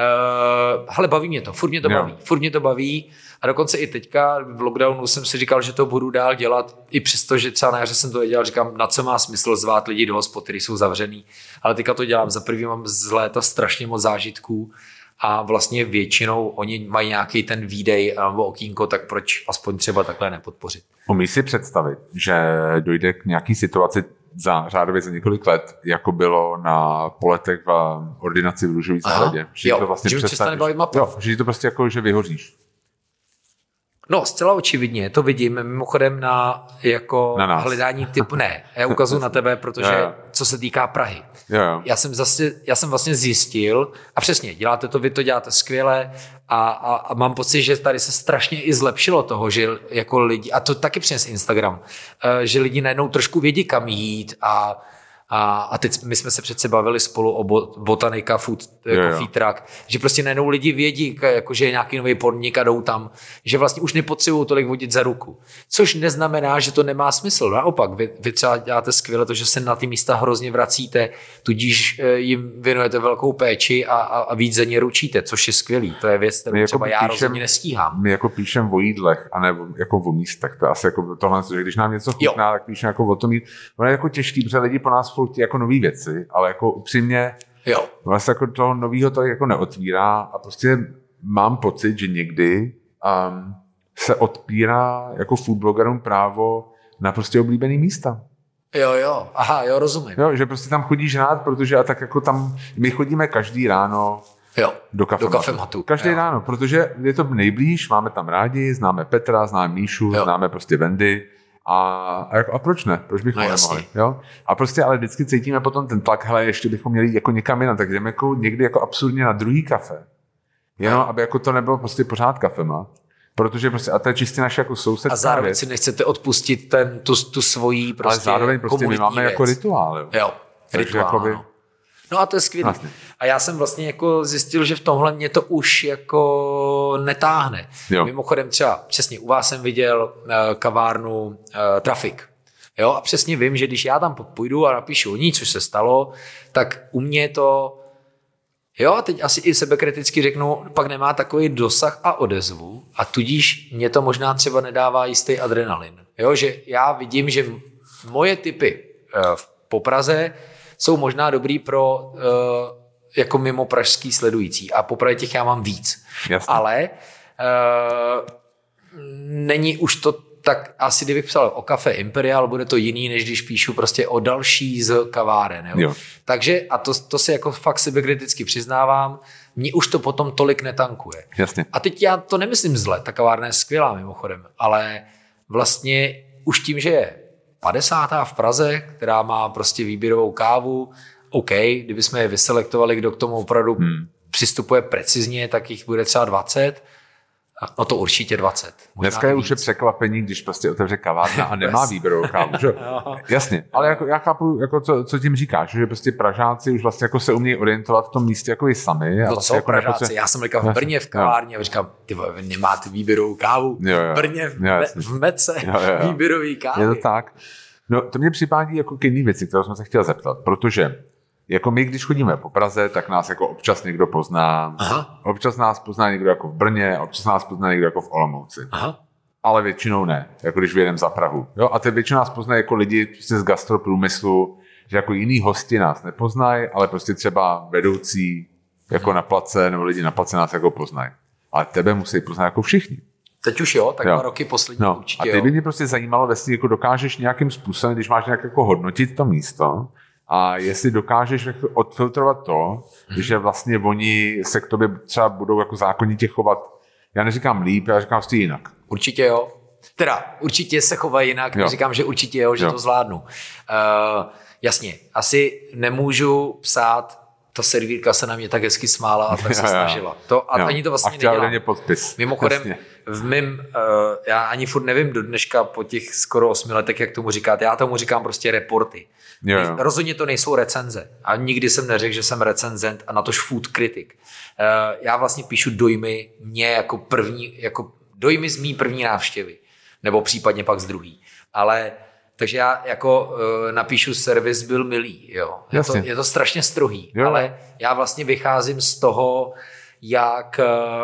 baví mě to, furt mě to baví a dokonce i teďka v lockdownu jsem si říkal, že to budu dál dělat, i přesto, že třeba na jaře jsem to dělal, říkám, na co má smysl zvát lidi do hospod, který jsou zavřený, ale teďka to dělám, za prvý mám z léta strašně moc zážitků a vlastně většinou oni mají nějaký ten výdej nebo okýnko, tak proč aspoň třeba takhle nepodpořit. Umíš si představit, že dojde k nějaký situaci řádově za několik let, jako bylo na poletech v ordinaci v Růžové zahradě. Že to vlastně že přestane bavit mapa. Jo, že to prostě jako, že vyhoříš. No, zcela očividně, to vidím, mimochodem na hledání typu, ne, já ukazuju na tebe, protože co se týká Prahy. Já jsem vlastně zjistil, a přesně, děláte to, vy to děláte skvěle a mám pocit, že tady se strašně i zlepšilo toho, že jako lidi, a to taky přes Instagram, že lidi najednou trošku vědí, kam jít a teď my jsme se přece bavili spolu o Botanika Coffee Truck, že prostě najednou lidi vědí, jako že je nějaký nový podnik a jdou tam, že vlastně už nepotřebují tolik vodit za ruku. Což neznamená, že to nemá smysl. Naopak, vy třeba děláte skvěle to, že se na ty místa hrozně vracíte, tudíž jim věnujete velkou péči a víc za ně ručíte, což je skvělý. To je věc, kterou třeba já rozhodně nestíhám. My jako píšem o jídlech, anebo jako o místech. To je asi jako tohle, že když nám něco chutná, tak píšeme jako o tom jít. Ono je jako těžký, protože lidi po nás jako nový věci, ale jako upřímně vlastně jako toho novýho to jako neotvírá a prostě mám pocit, že někdy se odpírá jako foodblogerům právo na prostě oblíbený místa. Jo, rozumím. Jo, že prostě tam chodíš rád, protože a tak jako tam, my chodíme každý ráno do kafematu. Každý ráno, protože je to nejblíž, máme tam rádi, známe Petra, známe Míšu, známe prostě Wendy. A proč ne? Proč bychom nemohli? Jo? A prostě ale vždycky cítíme potom ten tlak, hele, ještě bychom měli jako někam jinam, tak jdeme jako někdy jako absurdně na druhý kafe. Jenom, aby jako to nebylo prostě pořád kafema. Protože prostě, a to je čistě naše jako sousedská a zároveň věc. Si nechcete odpustit tu svojí prostě ale zároveň prostě my máme věc. Jako rituál. Jo, rituál. No a to je skvělé. Vlastně. A já jsem vlastně jako zjistil, že v tomhle mě to už jako netáhne. Mimochodem třeba přesně u vás jsem viděl kavárnu Trafik. Jo, a přesně vím, že když já tam půjdu a napíšu o ní, což se stalo, tak u mě to a teď asi i sebekriticky řeknu, pak nemá takový dosah a odezvu a tudíž mě to možná třeba nedává jistý adrenalin. Jo, že já vidím, že moje typy po Praze jsou možná dobrý pro jako mimo pražský sledující a popravdě těch já mám víc. Jasně. Ale není už to tak, asi kdybych psal o kafe Imperial, bude to jiný, než když píšu prostě o další z kaváren. Jo? Takže, a to si jako fakt sebekriticky přiznávám, mně už to potom tolik netankuje. Jasně. A teď já to nemyslím zle, ta kavárna je skvělá mimochodem, ale vlastně už tím, že je 50. v Praze, která má prostě výběrovou kávu, OK, kdybychom je vyselektovali, kdo k tomu opravdu přistupuje precizně, tak jich bude třeba 20. No to určitě 20. Dneska je už je překvapení, když prostě otevře kavárna a nemá výběrovou kávu. Že? Jasně, ale jako, já chápu, jako co tím říkáš, že prostě Pražáci už vlastně jako se umějí orientovat v tom místě jako i sami. No co jako Pražáci? Já jsem říkal v Brně v kavárně a říkám, ty nemáte výběrovou kávu. V Brně v Mece výběrový kávy. Je to tak. No to mě připádí jako k jiný věci, kterou jsem se chtěl zeptat, protože jako my, když chodíme po Praze, tak nás jako občas někdo pozná. Aha. Občas nás pozná někdo jako v Brně, občas nás pozná někdo jako v Olomouci. Aha. Ale většinou ne, jako když vyjedeme za Prahu. Jo? A teď většinou nás poznají jako lidi z gastroprůmyslu, že jako jiný hosti nás nepoznají, ale prostě třeba vedoucí jako na place, nebo lidi na place nás jako poznají. Ale tebe musí poznat jako všichni. Teď už tak 2 roky poslední určitě. A teď by mě prostě zajímalo, jestli jako dokážeš nějakým způsobem, když máš nějak jako hodnotit to místo, A jestli dokážeš odfiltrovat to, že vlastně oni se k tobě třeba budou jako zákonitě chovat, já neříkám líp, já říkám prostě jinak. Určitě jo. Teda, určitě se chovají jinak, neříkám, že určitě jo, že to zvládnu. Jasně, asi nemůžu psát, ta servírka se na mě tak hezky smála a tak se snažila. To, a ani to vlastně nedělám. Podpis. Mimochodem, v mým, já ani furt nevím do dneška po těch skoro 8 letech, jak tomu říkáte, já tomu říkám prostě reporty. Jo. Rozhodně to nejsou recenze. A nikdy jsem neřekl, že jsem recenzent a natož food kritik. Já vlastně píšu dojmy mě jako první, jako dojmy z mý první návštěvy. Nebo případně pak z druhý. Ale takže já jako napíšu servis byl milý. Jo. Je to strašně strohý. Jo. Ale já vlastně vycházím z toho, jak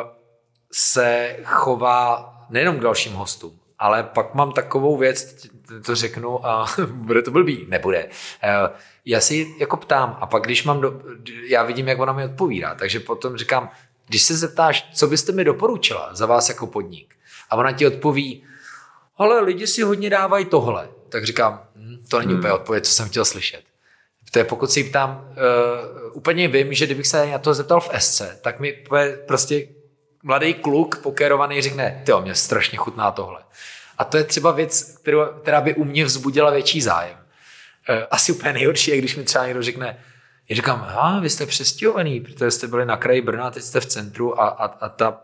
se chová nejenom k dalším hostům, ale pak mám takovou věc, to řeknu a bude to blbý. Nebude. Já si jako ptám a pak když já vidím, jak ona mi odpovídá, takže potom říkám, když se zeptáš, co byste mi doporučila za vás jako podnik a ona ti odpoví, ale lidi si hodně dávají tohle. Tak říkám, to není úplně odpověď, co jsem chtěl slyšet. To je, pokud si ji ptám, úplně vím, že kdybych se na to zeptal v SC, tak mi prostě mladý kluk pokérovaný řekne, tyjo, mě strašně chutná tohle. A to je třeba věc, která by u mě vzbudila větší zájem. Asi úplně nejhorší je, když mi třeba někdo řekne, já říkám, vy jste přestěhovaný, protože jste byli na kraji Brna, teď jste v centru a ta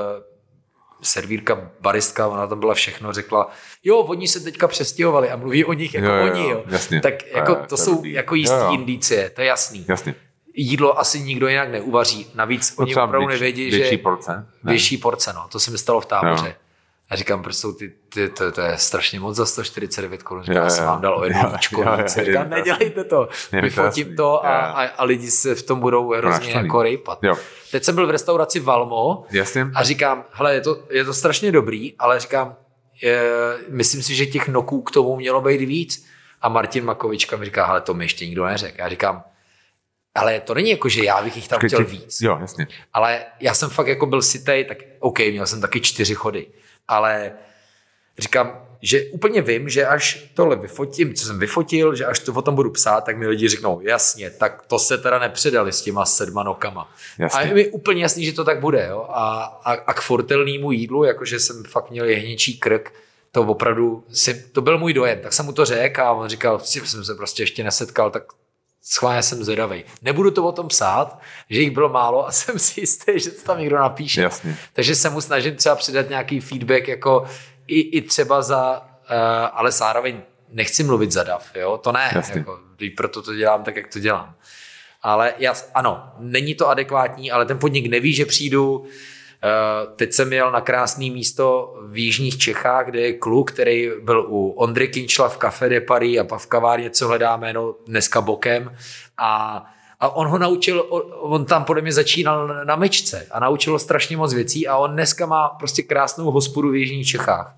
servírka, baristka, ona tam byla všechno, řekla, jo, oni se teďka přestěhovali a mluví o nich jako oni, jo. Jasně. Tak jako to jsou jako jistý indicie, to je jasný. Jasně. Jídlo asi nikdo jinak neuvaří. Navíc oni opravdu nevědí, že větší porce, no. To se mi stalo v Táboře. A říkám, proč jsou to je strašně moc za 149 korun. Já jsem vám dal o jedno víčko. Říkám, nedělejte to. Vyfotím to a lidi se v tom budou hrozně jako rejpat. Jo. Teď jsem byl v restauraci Valmo a říkám, hele, je to strašně dobrý, ale říkám, myslím si, že těch noků k tomu mělo být víc. A Martin Makovička mi říká, hele, to mi ještě nikdo neřekl. Já říkám, ale to není jako, že já bych jich tam chtěl víc. Jo, jasně. Ale já jsem fakt jako byl sytej, tak OK, měl jsem taky 4 chody. Ale říkám, že úplně vím, že až tohle vyfotím, co jsem vyfotil, že až to o tom budu psát, tak mi lidi řeknou, jasně, tak to se teda nepředali s těma 7 nokama. Jasně. A je mi úplně jasný, že to tak bude. Jo? A k fortelnému jídlu, jakože jsem fakt měl jehněčí krk, to opravdu, to byl můj dojem. Tak jsem mu to řekl a on říkal, jsem se prostě ještě nesetkal, tak schválně jsem zvědavej. Nebudu to o tom psát, že jich bylo málo a jsem si jistý, že to tam někdo napíše. Jasně. Takže se mu snažím třeba přidat nějaký feedback jako i třeba ale zároveň nechci mluvit za dav, jo? To ne, jako, proto to dělám tak, jak to dělám. Ale ano, není to adekvátní, ale ten podnik neví, že přijdu. Teď jsem jel na krásné místo v jižních Čechách, kde je kluk, který byl u Ondry Kinčla v Café de Paris a v kavárně, co hledá jméno dneska bokem a on ho naučil, on tam podle mě začínal na myčce a naučil strašně moc věcí a on dneska má prostě krásnou hospodu v jižních Čechách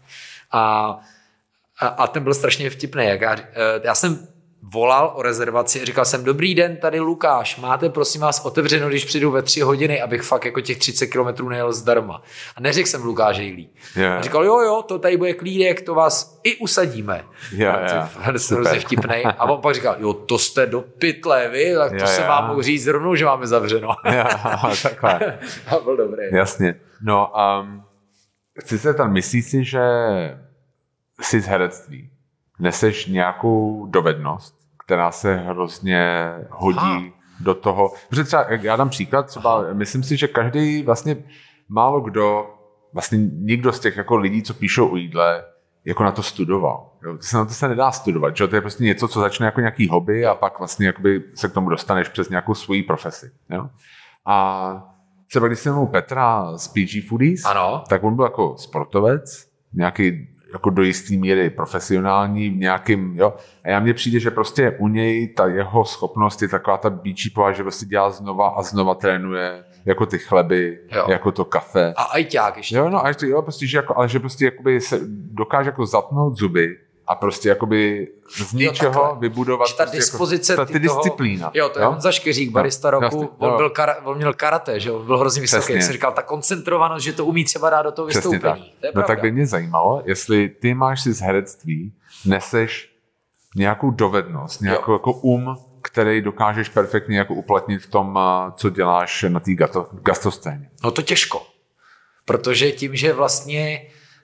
a ten byl strašně vtipný. Já jsem volal o rezervaci a říkal jsem, dobrý den, tady Lukáš, máte prosím vás otevřeno, když přijdu ve 3 hodiny, abych fakt jako těch 30 kilometrů nejel zdarma. A neřekl jsem Lukáš Hejlí. A říkal, jo, to tady bude klídek, to vás i usadíme. Jsem hrozně vtipnej. A on pak říkal, jo, to jste do pytle, vy, tak to se vám mohu říct rovnou, že máme zavřeno. Takhle. A byl dobrý. Jasně. No, chci se tam, myslíš si, že jsi z herectví neseš nějakou dovednost, která se hrozně hodí do toho. Protože třeba, já dám příklad, třeba myslím si, že každý vlastně málo kdo, vlastně nikdo z těch jako lidí, co píšou o jídle, jako na to studoval. Jo? Na to se nedá studovat, že? To je prostě něco, co začne jako nějaký hobby a pak vlastně jakoby se k tomu dostaneš přes nějakou svoji profesi. Jo? A třeba když jsem u Petra z PG Foodies, tak on byl jako sportovec, nějaký jako do jistý míry profesionální v nějakým, jo. A já mně přijde, že prostě u něj ta jeho schopnost je taková ta bíčí povaha, že prostě dělá znova a znova trénuje jako ty chleby, jako to kafe. A ajťák ještě. Jo, no, prostě, že jako, ale že prostě jakoby se dokáže jako zatnout zuby a prostě jakoby z ničeho vybudovat. Ta prostě dispozice jako, disciplína. Jo, to je Honza Škeřík, barista roku, on měl karate, že on byl hrozně vysoký. Jsem říkal, ta koncentrovanost, že to umí třeba dát do toho vystoupení. To je no tak by mě zajímalo, jestli ty máš si z herectví, neseš nějakou dovednost, nějakou jako který dokážeš perfektně jako uplatnit v tom, co děláš na té gastroscéně? No to těžko, protože tím, že vlastně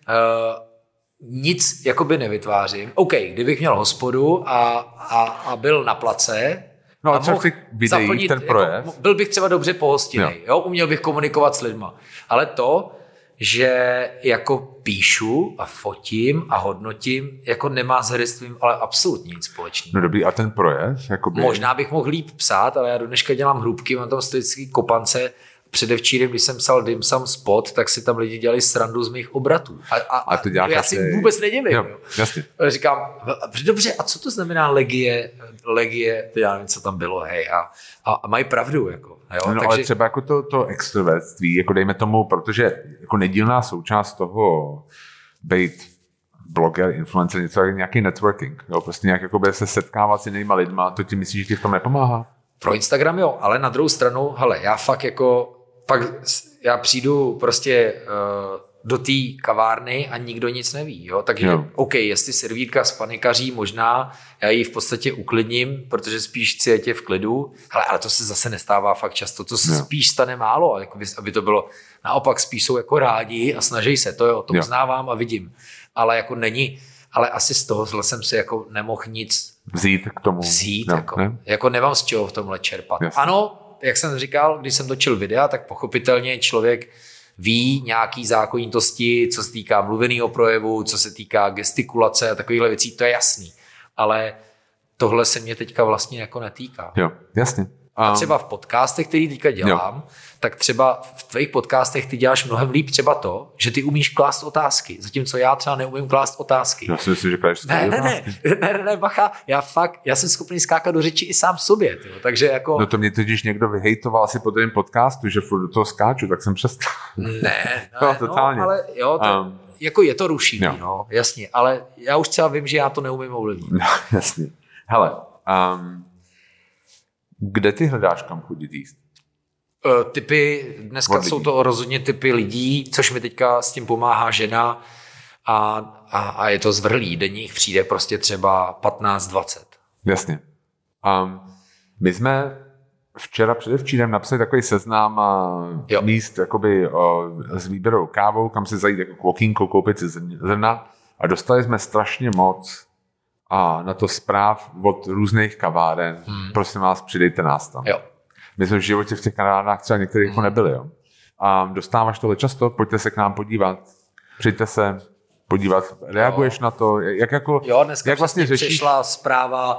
nic jakoby nevytvářím. OK, kdybych měl hospodu a byl na place, no a třeba v těch videích ten projev. Jako, byl bych třeba dobře pohostinný, jo, uměl bych komunikovat s lidma. Ale to, že jako píšu a fotím a hodnotím, jako nemá s herectvím ale absolutně nic společného. No dobrý, a ten projev? Jakoby... Možná bych mohl líp psát, ale já do dneška dělám hrůbky, mám tam stoický kopance. Předevčírem, když jsem psal Dim Sum Spot, tak si tam lidi dělali srandu z mých obratů. A to děláš já si vůbec nedivím. Jo, jasně. Říkám, dobře, a co to znamená legie, to já nevím, co tam bylo, hej, a mají pravdu, jako. Jo, no, takže... ale třeba jako to extrovertství, jako dejme tomu, protože jako nedílná součást toho být bloger, influencer, něco jako nějaký networking, jo, prostě nějak jako se setkávat s jinýma lidma, to ti myslíš, že ti v tom nepomáhá? Pro Instagram jo, ale na druhou stranu, hele, já fakt jako, pak já přijdu prostě do té kavárny a nikdo nic neví, jo, takže jo. OK, jestli servírka spanikaří, možná já ji v podstatě uklidním, protože spíš cítě v klidu, hele, ale to se zase nestává fakt často, to se spíš stane málo, jako aby to bylo, naopak spíš jsou jako rádi a snaží se, to jo, to uznávám a vidím, ale jako není, ale asi z toho jsem si jako nemohl nic vzít k tomu. No, jako nemám z čeho v tomhle čerpat. Jasně. Ano, jak jsem říkal, když jsem točil videa, tak pochopitelně člověk ví nějaký zákonitosti, co se týká mluveného projevu, co se týká gestikulace a takovýchhle věcí, to je jasný. Ale tohle se mě teďka vlastně jako netýká. Jo, jasně. A třeba v podcastech, který teďka dělám, tak třeba v tvých podcastech ty děláš mnohem líp třeba to, že ty umíš klást otázky, zatímco já třeba neumím klást otázky. Já si myslím, že klást ne, bacha, já jsem schopný skákat do řeči i sám sobě, tyjo, takže jako... No to mě totiž někdo vyhejtoval asi po tvém podcastu, že furt do toho skáču, tak jsem přestal. Ne, totálně. No, ale jo, jako je to rušivý, no, jasně, ale já už třeba vím, že já to neumím ovlivnit. No, jasně. Hele, kde ty hledáš, kam chodit jíst? Typy, dneska jsou to rozhodně typy lidí, což mi teďka s tím pomáhá žena a je to zvrhlý. Denně jich přijde prostě třeba 15-20. Jasně. My jsme předevčírem napsali takový seznam míst jakoby, s výběrovou kávou, kam si zajít jako k okýnku, koupit si zrna a dostali jsme strašně moc a na to zpráv od různých kaváren. Prosím vás, přidejte nás tam. Jo. My jsme v životě v těch kavárnách třeba některých jako nebyli. Jo. A dostáváš tohle často, pojďte se k nám podívat, přijďte se podívat, reaguješ na to, jak jako... Jo, dneska jak vlastně řešíš? Přišla zpráva,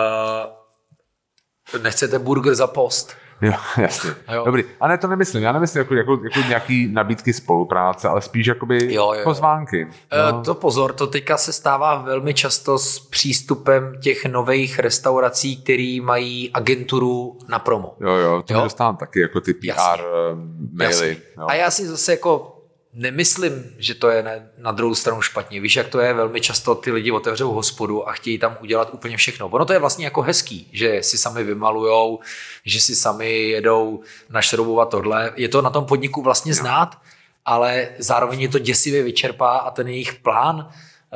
nechcete burger za post. Jo, jasně. Jo. Dobrý. A ne, to nemyslím. Já nemyslím jako nějaký nabídky spolupráce, ale spíš jakoby pozvánky. To pozor, to teďka se stává velmi často s přístupem těch nových restaurací, který mají agenturu na promo. Jo, to dostávám taky jako ty PR maily. Jo. A já si zase jako nemyslím, že to je na druhou stranu špatně. Víš, jak to je? Velmi často ty lidi otevřou hospodu a chtějí tam udělat úplně všechno. Ono to je vlastně jako hezký, že si sami vymalujou, že si sami jedou našroubovat tohle. Je to na tom podniku vlastně znát, ale zároveň je to děsivě vyčerpá a ten jejich plán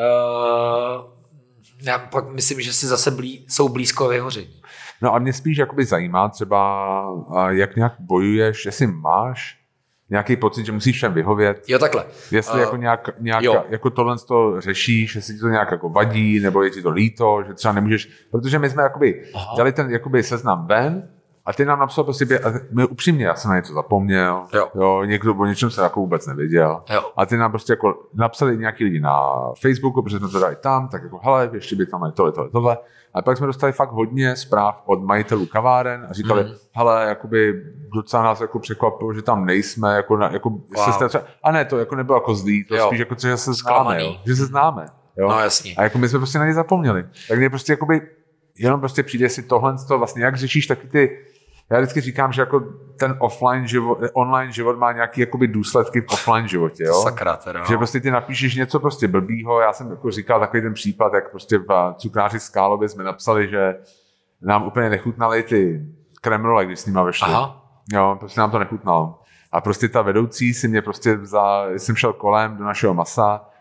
já pak myslím, že si zase jsou blízko vyhoření. No a mě spíš jakoby zajímá třeba, jak nějak bojuješ, jestli máš nějaký pocit, že musíš všem vyhovět. Jo, takhle. Jestli jako nějak jako tohle to řešíš, jestli ti to nějak jako vadí, nebo je ti to líto, že třeba nemůžeš, protože my jsme jakoby dali ten jakoby seznam ven a ty nám napsal prostě, my upřímně, já jsem na něco zapomněl, jo, někdo o něčem se jako vůbec nevěděl. Jo. A ty nám prostě jako napsali nějaký lidi na Facebooku, protože jsme to dali tam, tak jako hele, ještě by tam měli tohle. A pak jsme dostali fakt hodně zpráv od majitelů kaváren a říkali, hele, jakoby docela nás jako překvapilo, že tam nejsme, a ne, to jako nebylo jako zlý, to spíš jako, že se známe, jo, že se známe. Jo? No jasně. A jako my jsme prostě na ně zapomněli. Tak mě prostě jakoby, jenom prostě přijde si tohle, vlastně jak řešíš taky ty, já vždycky říkám, že jako ten online život má nějaký jakoby důsledky v offline životě, jo? Sakra teda. Že prostě ty napíšeš něco prostě blbýho, já jsem jako říkal takový ten případ, jak prostě v cukráři Skálově jsme napsali, že nám úplně nechutnaly ty kremrole, když s nima vešli. Aha. Jo, prostě nám to nechutnalo. A prostě ta vedoucí si mě prostě jsem šel kolem do našeho masa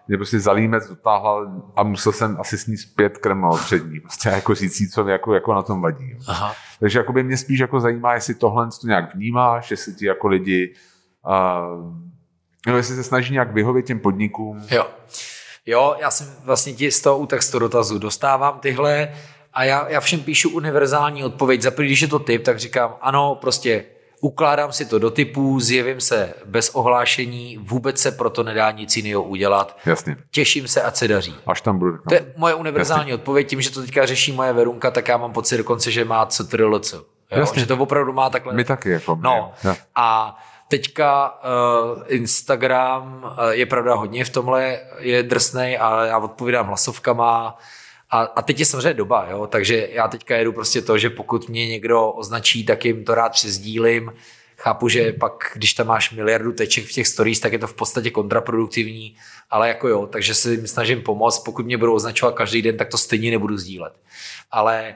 mě prostě zalímec dotáhla a musel jsem asi sníst 5 kremnol před ní. Prostě jako říct, co jako na tom vadí. Aha. Takže jakoby mě spíš jako zajímá, jestli tohle to nějak vnímáš, jestli ti jako lidi, jestli se snaží nějak vyhovět těm podnikům. Jo, já jsem vlastně ti z toho u textu dotazu dostávám tyhle a já všem píšu univerzální odpověď. Za první, když je to tip, tak říkám ano, prostě ukládám si to do typů, zjevím se bez ohlášení, vůbec se proto nedá nic jiného udělat. Jasně. Těším se, ať se daří. Až tam budu. To je moje univerzální odpověď. Tím, že to teďka řeší moje Verunka, tak já mám pocit dokonce, že má CTRLC. Že to opravdu má takhle. My taky. Jako no. A teďka Instagram je pravda hodně v tomhle, je drsnej a já odpovídám hlasovkama. A teď je samozřejmě doba, jo? Takže já teďka jedu prostě to, že pokud mě někdo označí, tak jim to rád přesdílím. Chápu, že pak, když tam máš miliardu teček v těch stories, tak je to v podstatě kontraproduktivní, ale jako jo, takže se jim snažím pomoct. Pokud mě budou označovat každý den, tak to stejně nebudu sdílet. Ale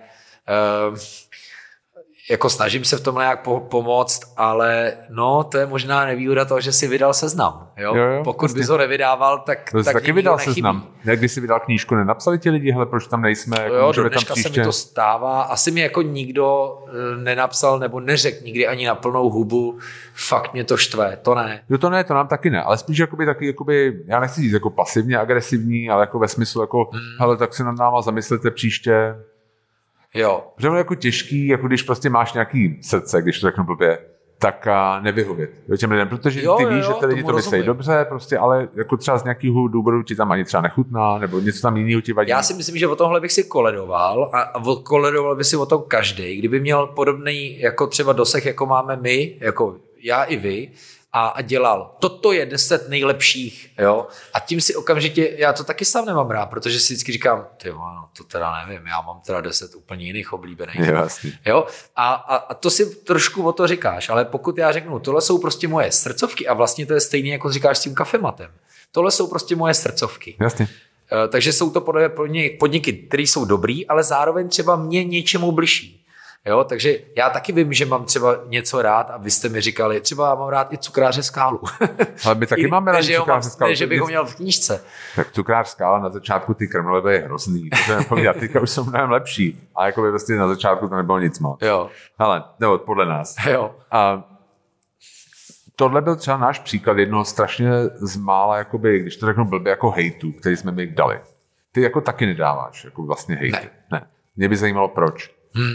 jako snažím se v tomhle nějak pomoct, ale no, to je možná nevýhoda toho, že si vydal seznam. Jo? Pokud bys ho nevydával, tak taky vydal seznam. Jak když jsi vydal knížku, nenapsali ti lidi, hele, proč tam nejsme? Jako jo, do dneška se mi to stává. Asi mi jako nikdo nenapsal nebo neřekl nikdy ani na plnou hubu, fakt mě to štve, to ne. Jo, to ne, to nám taky ne, ale spíš jakoby, já nechci říct jako pasivně agresivní, ale jako ve smyslu jako, hele, tak se nad náma zamyslete příště. Jo. Protože je jako těžký, jako když prostě máš nějaký srdce, když to řeknu blbě, tak nevyhovět těm lidem, protože ty víš, že ty lidi to myslí dobře, prostě, ale jako třeba z nějakého důvodu ti tam ani třeba nechutná, nebo něco tam jiného ti vadí. Já si myslím, že o tomhle bych si koledoval a koledoval by si o tom každý, kdyby měl podobný jako třeba dosah, jako máme my, jako já i vy, a dělal. Toto je 10 nejlepších, jo. A tím si okamžitě, já to taky sám nemám rád, protože si vždycky říkám, no, to teda nevím, já mám teda 10 úplně jiných oblíbených. Jo. A to si trošku o to říkáš, ale pokud já řeknu, tohle jsou prostě moje srdcovky a vlastně to je stejné, jako říkáš s tím kafematem. Tohle jsou prostě moje srdcovky. Jasně. Takže jsou to podniky, které jsou dobrý, ale zároveň třeba mě něčemu bližší. Jo, takže já taky vím, že mám třeba něco rád a vy jste mi říkali, třeba mám rád i cukráře Skálu. Ale my taky máme rád cukráře Skálu. Ne, že bych ho měl v knížce. Tak cukrář Skála na začátku ty krmle byly hrozný. Teďka už jsou mnohem lepší. A jako by vlastně na začátku to nebylo nic moc. Jo. Hele, nebo podle nás. Jo. A tohle byl třeba náš příklad jednoho strašně z mála, jakoby, když to řeknu blbě, jako hejtu, který jsme mi dali. Ty jako taky nedáváš, jako vlastně hejty. Ne. Mě by zajímalo, proč.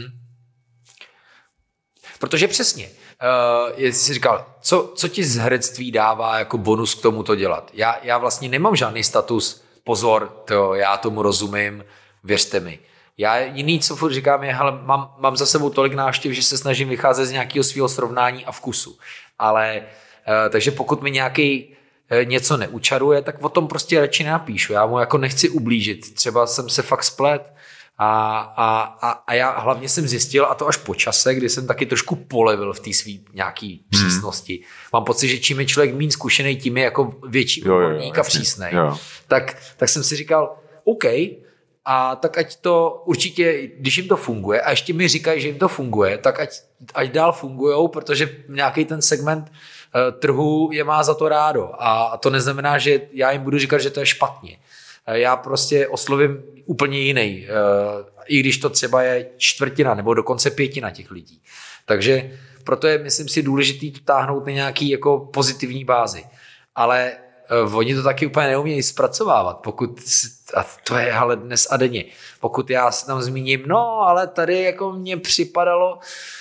Protože přesně, jestli jsi říkal, co ti z herectví dává jako bonus k tomu to dělat. Já vlastně nemám žádný status, pozor, já tomu rozumím, věřte mi. Já jiný, co furt říkám, je, hele, mám za sebou tolik návštěv, že se snažím vycházet z nějakého svého srovnání a vkusu. Ale, takže pokud mi nějaký něco neučaruje, tak o tom prostě radši nenapíšu. Já mu jako nechci ublížit. Třeba jsem se fakt splet, a já hlavně jsem zjistil, a to až po čase, kdy jsem taky trošku polevil v té svý nějaký přísnosti. Mám pocit, že čím je člověk méně zkušený, tím je jako větší odborník a přísnej. Tak jsem si říkal, OK, a tak ať to určitě, když jim to funguje, a ještě mi říkají, že jim to funguje, tak ať dál fungujou, protože nějaký ten segment trhu je má za to rádo. A to neznamená, že já jim budu říkat, že to je špatně. Já prostě oslovím úplně jiný, i když to třeba je 1/4 nebo dokonce 1/5 těch lidí. Takže proto je, myslím si, důležitý to táhnout na nějaký jako pozitivní bázi. Ale oni to taky úplně neumějí zpracovávat, a to je ale dnes a denně. Pokud já se tam zmíním, no ale tady jako mně připadalo,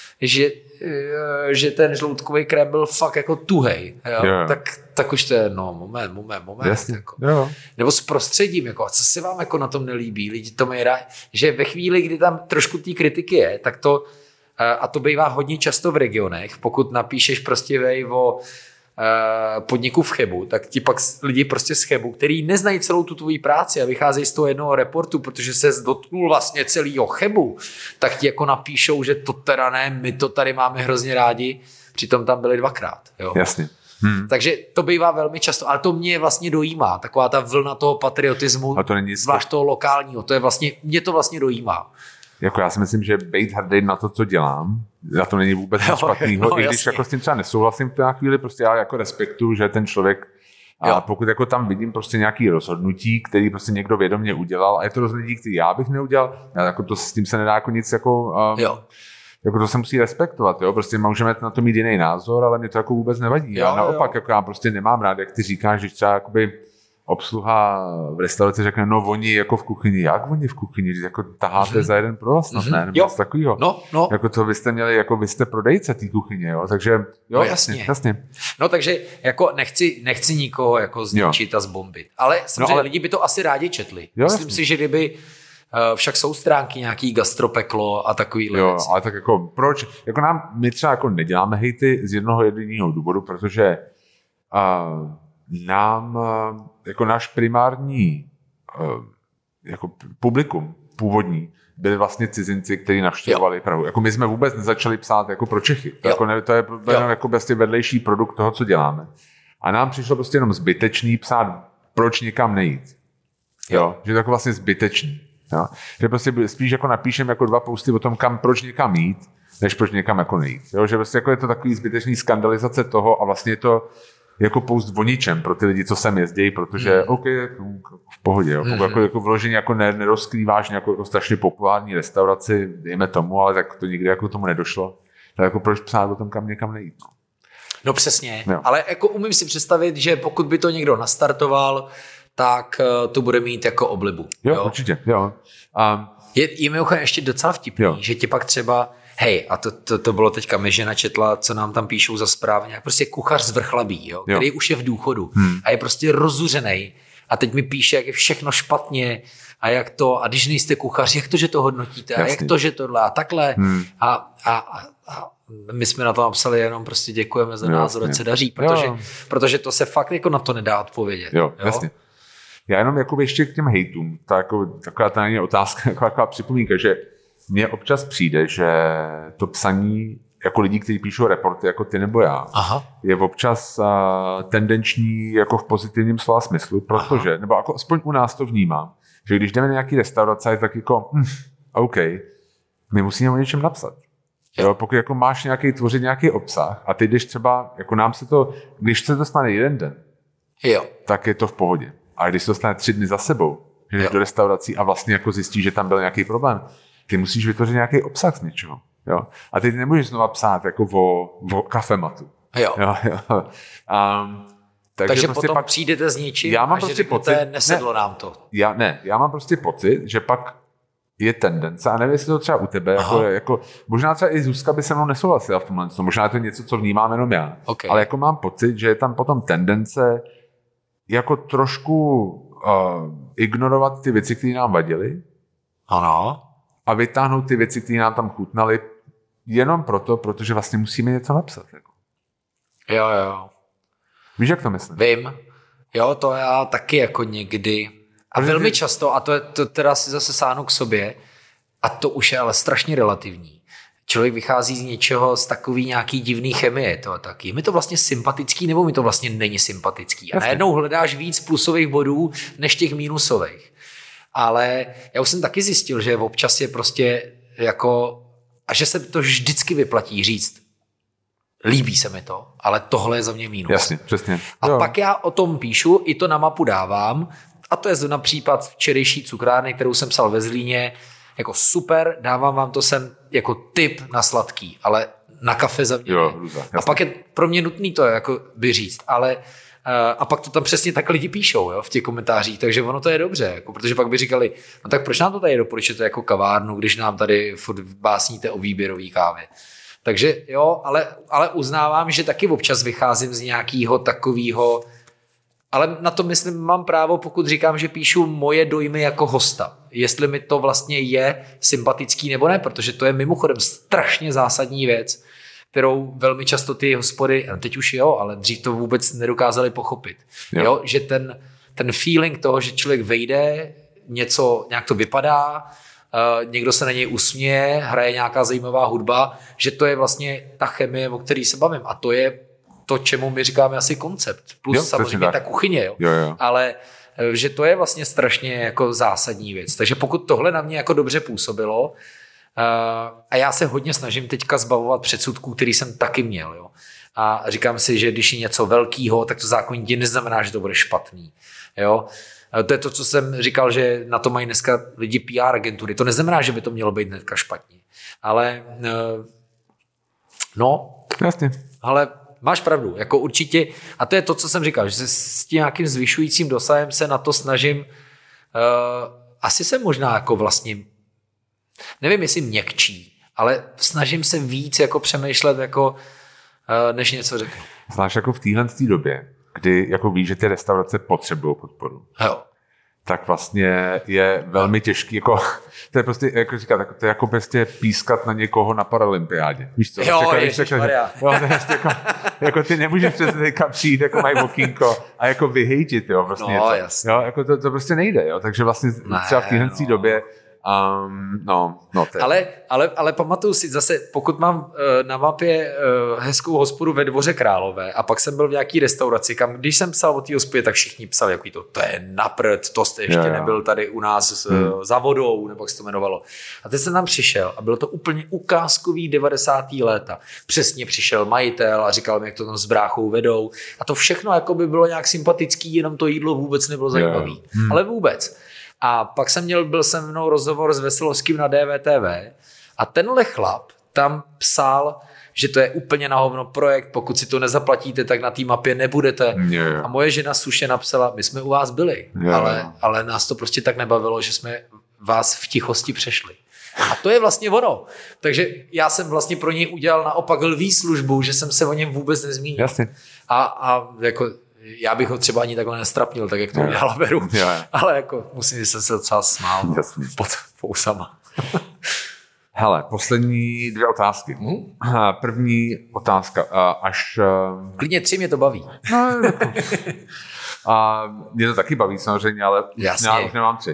že ten žloutkový krém byl fakt jako tuhej, tak už to je, moment. Jasně, jako. Nebo s prostředím, jako, a co se vám jako na tom nelíbí, lidi to mají rádi, že ve chvíli, kdy tam trošku té kritiky je, tak to, a to bývá hodně často v regionech, pokud napíšeš prostě o podniku v Chebu, tak ti pak lidi prostě z Chebu, který neznají celou tu tvoji práci a vycházejí z toho jednoho reportu, protože se dotknul vlastně celýho Chebu, tak ti jako napíšou, že to teda ne, my to tady máme hrozně rádi, přitom tam byli 2krát. Jo. Jasně. Takže to bývá velmi často, ale to mě vlastně dojímá, taková ta vlna toho patriotismu, zvlášť toho lokálního, to je vlastně, mě to vlastně dojímá. Jako já si myslím, že být hrdý na to, co dělám, za to není vůbec nic špatného, i když jako s tím třeba nesouhlasím v té chvíli, prostě já jako respektuju, že ten člověk A pokud jako tam vidím prostě nějaký rozhodnutí, který prostě někdo vědomě udělal a je to rozhodnutí, který já bych neudělal, jako to s tím se nedá jako nic jako to se musí respektovat, jo, prostě můžeme na to mít jiný názor, ale mě to jako vůbec nevadí. Já naopak, jako já prostě nemám rád, jak ty říkáš, že třeba jakoby obsluha v restauraci řekne, no oni jako v kuchyni, jak oni v kuchyni, jako taháte za jeden provaz, ne, nebo něco takového. No. Jako to vy jste měli, jako vy jste prodejce té kuchyně, jo, takže jo, no, jasně. No takže jako nechci nikoho jako zničit a zbombit, ale samozřejmě lidi by to asi rádi četli. Myslím si, že kdyby však jsou stránky nějaký gastropeklo a takovýhle věci. Ale tak jako proč? Jako my třeba jako neděláme hejty z jednoho jediného důvodu, protože nám jako náš primární jako publikum původní byli vlastně cizinci, kteří navštěvovali Prahu. Jako my jsme vůbec nezačali psát jako pro Čechy. To je jako vlastně vedlejší produkt toho, co děláme. A nám přišlo prostě jenom zbytečný psát, proč někam nejít. Jo. Že to jako vlastně zbytečný. Jo? Že prostě spíš jako napíšem jako 2 posty o tom, proč někam jít, než proč někam jako nejít. Jo? Že prostě jako je to takový zbytečný skandalizace toho a vlastně je to jako post o ničem pro ty lidi, co sem jezdí, protože OK, v pohodě. Jo? Jako vložení jako nerozkrýváš nějakou jako strašně populární restauraci, dejme tomu, ale tak to nikdy jako tomu nedošlo. Tak jako proč psát o tom, kam někam nejít. No přesně, ale jako umím si představit, že pokud by to někdo nastartoval, tak to bude mít jako oblibu. Jo, určitě, jo. Je mimochodem ještě docela vtipný, že ti pak třeba, hej, a to bylo teďka, mi žena četla, co nám tam píšou za zprávy, nějak prostě kuchař z Vrchlabí, jo, který už je v důchodu a je prostě rozuřenej a teď mi píše, jak je všechno špatně a jak to, a když nejste kuchař, jak to, že to hodnotíte a jak to, že tohle a takhle a my jsme na to napsali jenom prostě děkujeme za názor, ať se daří, protože to se fakt jako na to nedá odpovědět. Jo, jasně. Já jenom jako ještě k těm hejtům, taková ta není otázka, taková připomínka, že mně občas přijde, že to psaní jako lidí, kteří píšou reporty jako ty nebo já, je občas tendenční jako v pozitivním slova smyslu, protože, nebo jako aspoň u nás to vnímám, že když jdeme na nějaký restaurace, tak jako OK, my musíme o něčem napsat. Jo, pokud jako máš tvořit nějaký obsah a ty jdeš třeba, jako nám se to, když se to stane jeden den, tak je to v pohodě. A když se to stane 3 dny za sebou, že jdeš do restaurací a vlastně jako zjistíš, že tam byl nějaký problém, ty musíš vytvořit nějaký obsah z něčeho. Jo? A ty nemůžeš znova psát jako o kafematu. Takže prostě potom pak přijdete s něčím a že řeknete, nesedlo nám to. Já mám prostě pocit, že pak je tendence, a nevím, jestli to třeba u tebe, jako, možná třeba i Zuzka by se mnou nesouhlasila v tomhle, možná je to něco, co vnímám jenom já, ale jako mám pocit, že je tam potom tendence jako trošku ignorovat ty věci, které nám vadily. Ano. A vytáhnout ty věci, které nám tam chutnaly, jenom proto, protože vlastně musíme něco napsat. Jako. Jo. Víš, jak to myslím? Vím. Jo, to já taky jako někdy. A velmi často, a to teda si zase sáhnu k sobě, a to už je ale strašně relativní. Člověk vychází z něčeho, z takový nějaký divný chemie. Tak je mi to vlastně sympatický, nebo mi to vlastně není sympatický? A najednou hledáš víc plusových bodů, než těch mínusových. Ale já už jsem taky zjistil, že občas je prostě jako, a že se to vždycky vyplatí říct, líbí se mi to, ale tohle je za mě mínus. Jasně, přesně. A pak já o tom píšu, i to na mapu dávám, a to je například včerejší cukrárny, kterou jsem psal ve Zlíně, jako super, dávám vám to sem jako tip na sladký, ale na kafe za mě. A pak je pro mě nutný to jako by říct, ale a pak to tam přesně tak lidi píšou, jo, v těch komentářích, takže ono to je dobře, jako, protože pak by říkali, no tak proč nám to tady doporučujete jako kavárnu, když nám tady furt básníte o výběrový kávě. Takže jo, ale uznávám, že taky občas vycházím z nějakého takového, ale na to myslím, mám právo, pokud říkám, že píšu moje dojmy jako hosta. Jestli mi to vlastně je sympatický nebo ne, protože to je mimochodem strašně zásadní věc, kterou velmi často ty hospody, teď už jo, ale dřív to vůbec nedokázali pochopit. Jo, že ten feeling toho, že člověk vejde, nějak to vypadá, někdo se na něj usměje, hraje nějaká zajímavá hudba, že to je vlastně ta chemie, o který se bavím. A to je to, čemu my říkáme asi koncept. Plus samozřejmě ta kuchyně, jo. Ale že to je vlastně strašně jako zásadní věc. Takže pokud tohle na mě jako dobře působilo, a já se hodně snažím teďka zbavovat předsudků, který jsem taky měl, jo. A říkám si, že když je něco velkýho, tak to zákonitě neznamená, že to bude špatný. Jo? To je to, co jsem říkal, že na to mají dneska lidi PR agentury. To neznamená, že by to mělo být hnedka špatně. Ale no, jasně. Ale máš pravdu, jako určitě, a to je to, co jsem říkal, že se s tím nějakým zvyšujícím dosahem se na to snažím, asi jsem možná jako vlastně, nevím, jestli měkčí, ale snažím se víc jako přemýšlet, jako, než něco řeknu. Znáš jako v téhle době, kdy jako víš, že ty restaurace potřebují podporu. Jo. Tak vlastně je velmi těžký, jako, to je prostě, jako říkat, to je jako prostě pískat na někoho na paralympiádě. Víš co? Jo, ježišmarja. Jako ty nemůžeš přes teďka přijít, jako mají okýnko a jako vyhejtit, jo, prostě no, něco. Jasně. Jo, jako to prostě nejde, jo, takže vlastně třeba v téhle době Ale pamatuju si zase, pokud mám na mapě hezkou hospodu ve Dvoře Králové a pak jsem byl v nějaký restauraci, kam když jsem psal o té hospodě, tak všichni psali, jaký to je naprd, to jste ještě nebyl tady u nás za vodou, nebo jak se to jmenovalo. A teď jsem tam přišel a bylo to úplně ukázkový 90. léta. Přesně přišel majitel a říkal mi, jak to tam s bráchou vedou. A to všechno jako by bylo nějak sympatický, jenom to jídlo vůbec nebylo zajímavý. Ale vůbec. A pak byl jsem mnou rozhovor s Veselovským na DVTV a tenhle chlap tam psal, že to je úplně na hovno projekt, pokud si to nezaplatíte, tak na té mapě nebudete. A moje žena Suše napsala, my jsme u vás byli, ale nás to prostě tak nebavilo, že jsme vás v tichosti přešli. A to je vlastně ono. Takže já jsem vlastně pro něj udělal naopak lví službu, že jsem se o něm vůbec nezmínil. Jasně. A jako já bych ho třeba ani takhle nestrapnil, tak jak to udělala Beru. Ale jako musím, že jsem se docela smál pod fousama. Hele, poslední 2 otázky. První otázka, až... Klidně 3 mě to baví. A mě to taky baví samozřejmě, ale já už nemám 3.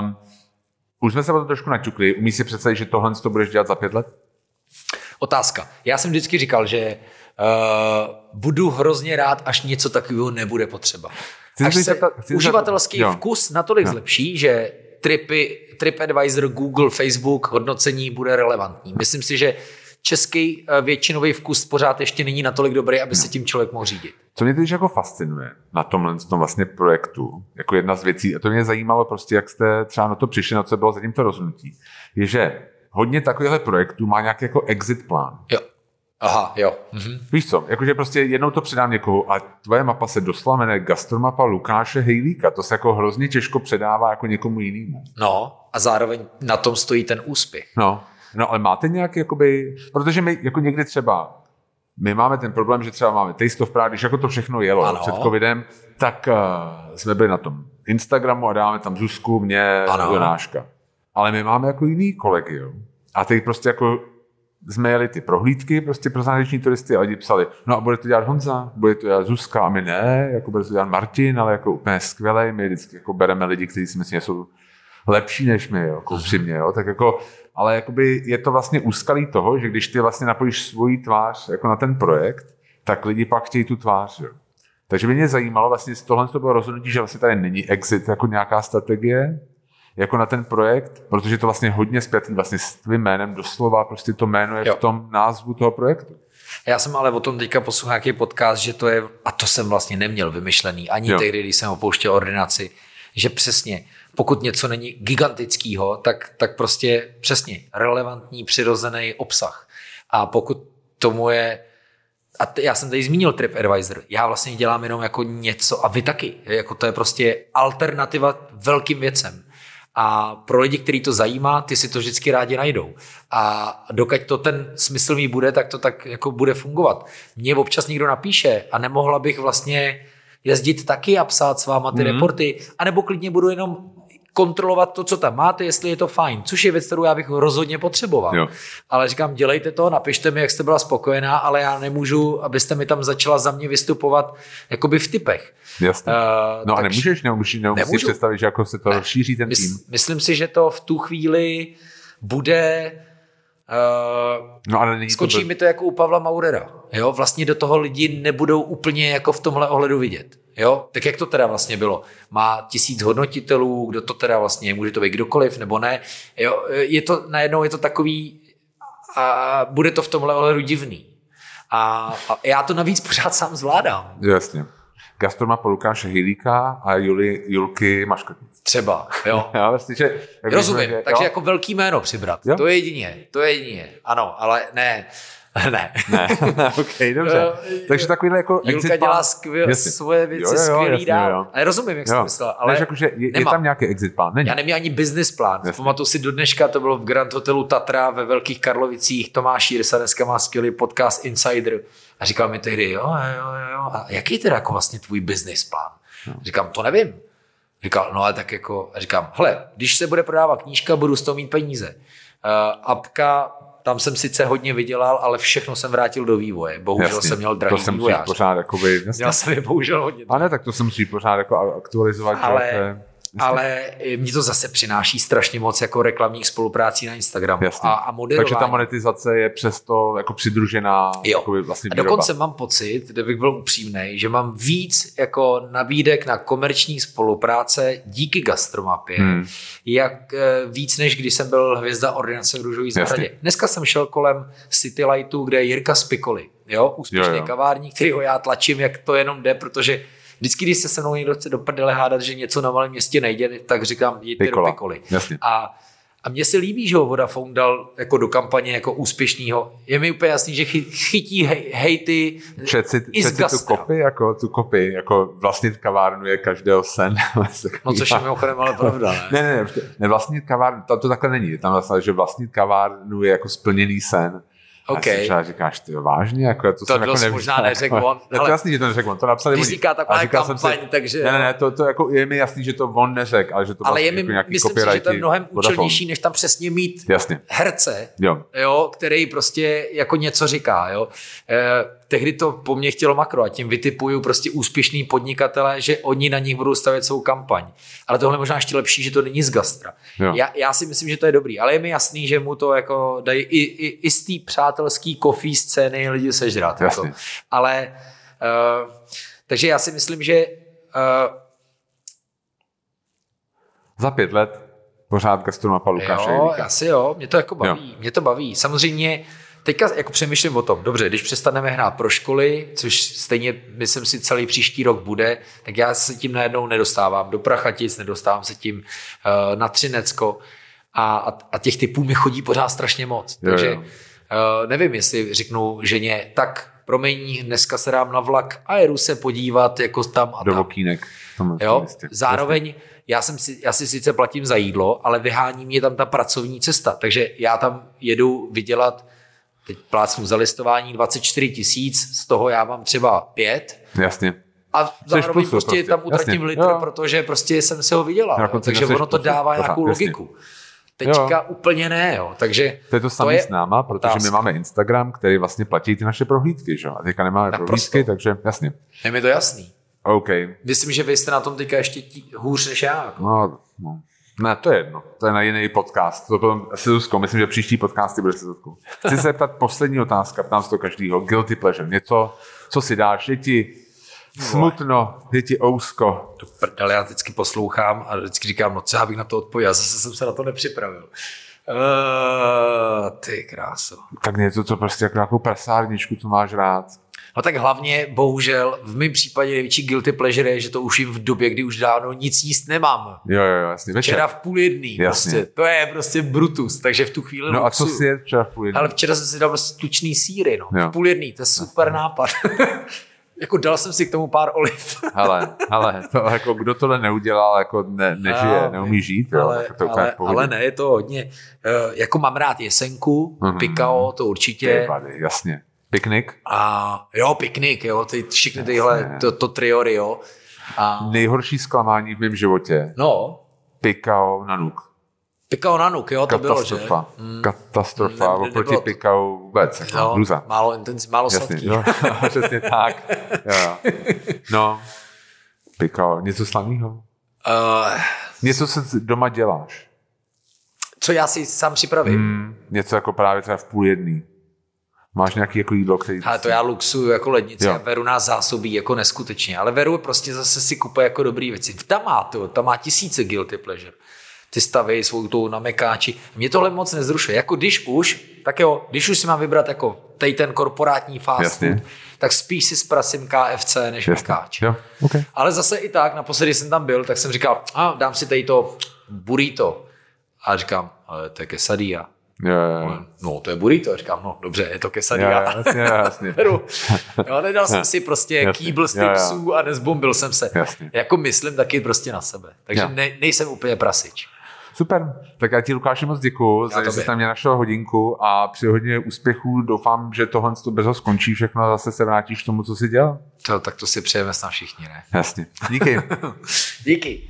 Už jsme se o tom trošku naťukli. Umíš si představit, že tohle to budeš dělat za 5 let? Otázka. Já jsem vždycky říkal, že budu hrozně rád, až něco takového nebude potřeba. Až se uživatelský vkus natolik zlepší, že TripAdvisor, Google, Facebook, hodnocení bude relevantní. Myslím si, že český většinový vkus pořád ještě není natolik dobrý, aby se tím člověk mohl řídit. Co mě teď jako fascinuje na tomhle tom vlastně projektu, jako jedna z věcí, a to mě zajímalo prostě, jak jste třeba na to přišli, na co bylo zatím to rozhodnutí, je, že hodně takovýchhle projektů má nějaký jako exit plán. Jo. Aha, jo. Víš co, jakože prostě jednou to předám někoho a tvoje mapa se doslova jmenuje Gastromapa Lukáše Hejlíka. To se jako hrozně těžko předává jako někomu jinému. No a zároveň na tom stojí ten úspěch. No ale máte nějaký jakoby, protože my jako někdy třeba, my máme ten problém, že třeba máme Taste of Prague, když jako to všechno jelo před covidem, tak jsme byli na tom Instagramu a dáme tam Zuzku, mě, Jonáška. Ale my máme jako jiný kolegy, jo. A teď prostě jako jsme jeli ty prohlídky prostě pro zahraniční turisty a lidi psali, no a bude to dělat Honza, bude to dělat Zuzka a my ne, jako bude to dělat Martin, ale jako úplně skvělej, my vždycky jako bereme lidi, kteří si myslím, že jsou lepší než my, jo, jako upřímně, jo, tak jako, ale jakoby je to vlastně úskalí toho, že když ty vlastně napojíš svoji tvář jako na ten projekt, tak lidi pak chtějí tu tvář, jo. Takže by mě zajímalo vlastně z tohle to bylo rozhodnutí, že vlastně tady není exit jako nějaká strategie, jako na ten projekt, protože to vlastně hodně zpětný vlastně s tvým jménem doslova, prostě to jméno je v tom názvu toho projektu. Já jsem ale o tom teďka poslouchal nějaký podcast, že to je, a to jsem vlastně neměl vymyšlený, ani tehdy, když jsem opouštěl ordinaci, že přesně, pokud něco není gigantického, tak prostě přesně relevantní, přirozený obsah. A pokud tomu je, a já jsem tady zmínil TripAdvisor, já vlastně dělám jenom jako něco, a vy taky, jako to je prostě alternativa velkým věcem. A pro lidi, který to zajímá, ty si to vždycky rádi najdou. A dokud to ten smysl mý bude, tak to tak jako bude fungovat. Mně občas někdo napíše a nemohla bych vlastně jezdit taky a psát s váma ty reporty, anebo klidně budu jenom kontrolovat to, co tam máte, jestli je to fajn, což je věc, kterou já bych rozhodně potřeboval. Jo. Ale říkám, dělejte to, napište mi, jak jste byla spokojená, ale já nemůžu, abyste mi tam začala za mě vystupovat jakoby v typech. Jasně. No a nemůžeš si představit, že jako se to rozšíří ten tým. Myslím si, že to v tu chvíli bude... skočí mi to jako u Pavla Maurera. Jo? Vlastně do toho lidi nebudou úplně jako v tomhle ohledu vidět. Jo? Tak jak to teda vlastně bylo? Má 1000 hodnotitelů, kdo to teda vlastně, může to být kdokoliv nebo ne. Jo? Najednou je to takový a bude to v tomhle ohledu divný. A já to navíc pořád sám zvládám. Jasně. Gastromapa Lukáše Hejlíka a Julky Maškotnic. Třeba, jo. Já vlastně, že... Rozumím, takže jako velký jméno přibrat. Jo? To je jedině. Ano, ale ne. Ok, dobře. Takže takovýhle jako Julka dělá svoje věci skvělý dál. Ale rozumím, jak jsi to myslel. Ale jako, že je tam nějaký exit plán? Není. Já neměl ani business plán. Pamatuju si do dneška, to bylo v Grand Hotelu Tatra ve Velkých Karlovicích. Tomáš Jirsa dneska má skvělý podcast Insider. A říkal mi tehdy, jo. A jaký teda jako vlastně tvůj business plán? Říkám, to nevím. Říkal, no ale tak jako, a říkám, hele, když se bude prodávat knížka, budu z toho mít peníze. Apka, tam jsem sice hodně vydělal, ale všechno jsem vrátil do vývoje. Bohužel jsem měl drahý vývojář. Měl jsem je bohužel hodně. A ne, tak to se musí pořád jako aktualizovat. Ale mě to zase přináší strašně moc jako reklamních spoluprácí na Instagramu a moderování. Takže ta monetizace je přesto jako přidružená vlastně výroba. A dokonce mám pocit, kdybych byl upřímnej, že mám víc jako nabídek na komerční spolupráce díky Gastromapě, jak víc, než když jsem byl hvězda ordinace v Růžové zahradě. Dneska jsem šel kolem City Lightu, kde je Jirka Spikoli, úspěšný kavárník, kterýho já tlačím, jak to jenom jde, protože vždycky, když se se mnou někdo chce do prdele hádat, že něco na malém městě nejde, tak říkám, jděte do Pikoli. A mně se líbí, že ho Vodafone dal jako do kampaně jako úspěšnýho. Je mi úplně jasný, že chytí hejty i z gastra. Tu kopii, jako vlastnit kavárnu je každého sen. No což je mimochodem ale pravda, ne? Ne, vlastnit kavárnu, to takhle není. Tam vlastně, že vlastnit kavárnu je jako splněný sen. Okay. A si říkáš, ty vážně, jako to jsem jako nevíš. Možná neřekl on. Je to jasný, že to neřekl on, to napsali oni. Když říká taková kampaň, takže... Ne, to jako je mi jasný, že to on neřekl, ale že to vlastně jako nějaký myslím si, že to je mnohem účelnější, než tam přesně mít herce, který prostě jako něco říká, tehdy to po mně chtělo makro a tím vytipuju prostě úspěšný podnikatele, že oni na nich budou stavět svou kampaň. Ale tohle je možná ještě lepší, že to není z gastra. Já si myslím, že to je dobrý, ale je mi jasný, že mu to jako dají i z té přátelský coffee scény lidi sežrat. Jako. Ale takže já si myslím, že za 5 let pořád Gastromapa Lukáše Hejlíka. Asi mě to jako baví. Mě to baví. Samozřejmě teďka jako přemýšlím o tom, dobře, když přestaneme hrát pro školy, což stejně myslím si celý příští rok bude, tak já se tím najednou nedostávám do Prachatic, nedostávám se tím na Třinecko a těch typů mi chodí pořád strašně moc. Takže nevím, jestli řeknu ženě, tak promiň, dneska se dám na vlak a jedu se podívat jako tam a do tam. Vokínek. Zároveň já si sice platím za jídlo, ale vyhání mě tam ta pracovní cesta, takže já tam jedu vydělat, teď plácnu za listování 24 000, z toho já mám třeba 5. Jasně. A zároveň prostě tam utratím litr, protože prostě jsem se ho vydělal. Takže ono to dává nějakou logiku. Teďka úplně ne, takže to je to samé s náma, protože my máme Instagram, který vlastně platí ty naše prohlídky, že? A teďka nemáme prohlídky, takže jasně. Je mi to jasný. OK. Myslím, že vy jste na tom teďka ještě hůř než já. Jako. No. Ne, to je jedno. To je na jiný podcast. To potom se Zuzkou. Myslím, že příští podcasty bude se Zuzkou. Chci se zeptat poslední otázka, ptám se to každýho. Guilty pleasure. Něco, co si dáš, je ti smutno, je ti ousko. To prdele, já vždycky poslouchám a vždycky říkám, no co já bych na to odpověděl, zase jsem se na to nepřipravil. Ty kráso. Tak něco, co prostě jako nějakou prasárničku, co máš rád. No tak hlavně, bohužel, v mém případě největší guilty pleasure je, že to už jim v době, kdy už dávno nic jíst nemám. Jo, jasně. Včera v 12:30, prostě, to je prostě brutus, takže v tu chvíli No luxu. A co si je včera v 12:30? Ale včera jsem si dal prostě tučný sýry, v 12:30, to je super nápad. Jako dal jsem si k tomu pár oliv. hele, to, jako kdo tohle neudělal, jako nežije, neumí žít. Ale ne, je to hodně. Jako mám rád jesenku, pikao, to určitě. Jasně. Piknik? Piknik, všechny tyhle, to trio, Nejhorší zklamání v mém životě. No. Pikao Nanook. Pikao Nanook, to bylo, že? Katastrofa, oproti Pikao vůbec. Hruza. Málo sladký. Přesně tak. No, Pikao, něco slavného? Něco se doma děláš? Co já si sám připravím? Něco jako právě třeba v 12:30. Máš nějaký jako jídlo, který... Ale to já luxuju jako lednici a Veru nás zásobí jako neskutečně, ale Veru prostě zase si kupuje jako dobrý věci. Tam má tisíce guilty pleasure. Ty staví svou tou na mekáči. Mě tohle moc nezrušuje. Jako když už si mám vybrat jako tady ten korporátní fast food, tak spíš si zprasím KFC než Mekáč. Okay. Ale zase i tak, naposledy jsem tam byl, tak jsem říkal, dám si tady to burrito. A říkám, ale to je quesadilla. No, to je burrito. Říkám, no dobře, je to quesadilla. Jasně. Nedal jsem si prostě kýbl z tipsů a nezbombil jsem se. Jasně. Jako myslím taky prostě na sebe. Takže nejsem úplně prasič. Super, tak já ti, Lukáši, moc děkuju, že jsi tam mě našel hodinku a při hodně úspěchů doufám, že tohle brzo skončí všechno a zase se vrátíš k tomu, co jsi dělal. Tak to si přejeme snad všichni, ne? Jasně, díky. Díky.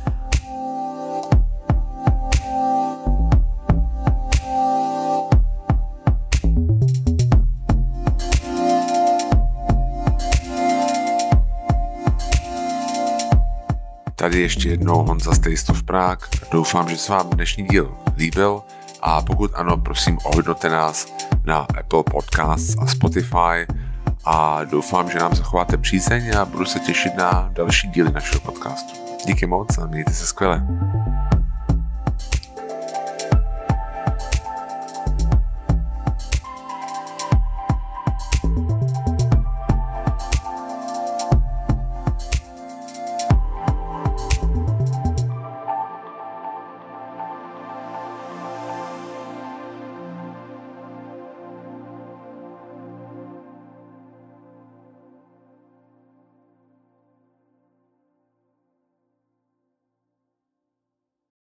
Tady ještě jednou Honza z Taste of Prague. Doufám, že se vám dnešní díl líbil a pokud ano, prosím ohodnoťte nás na Apple Podcasts a Spotify a doufám, že nám zachováte přízeň a budu se těšit na další díly našeho podcastu. Díky moc a mějte se skvěle.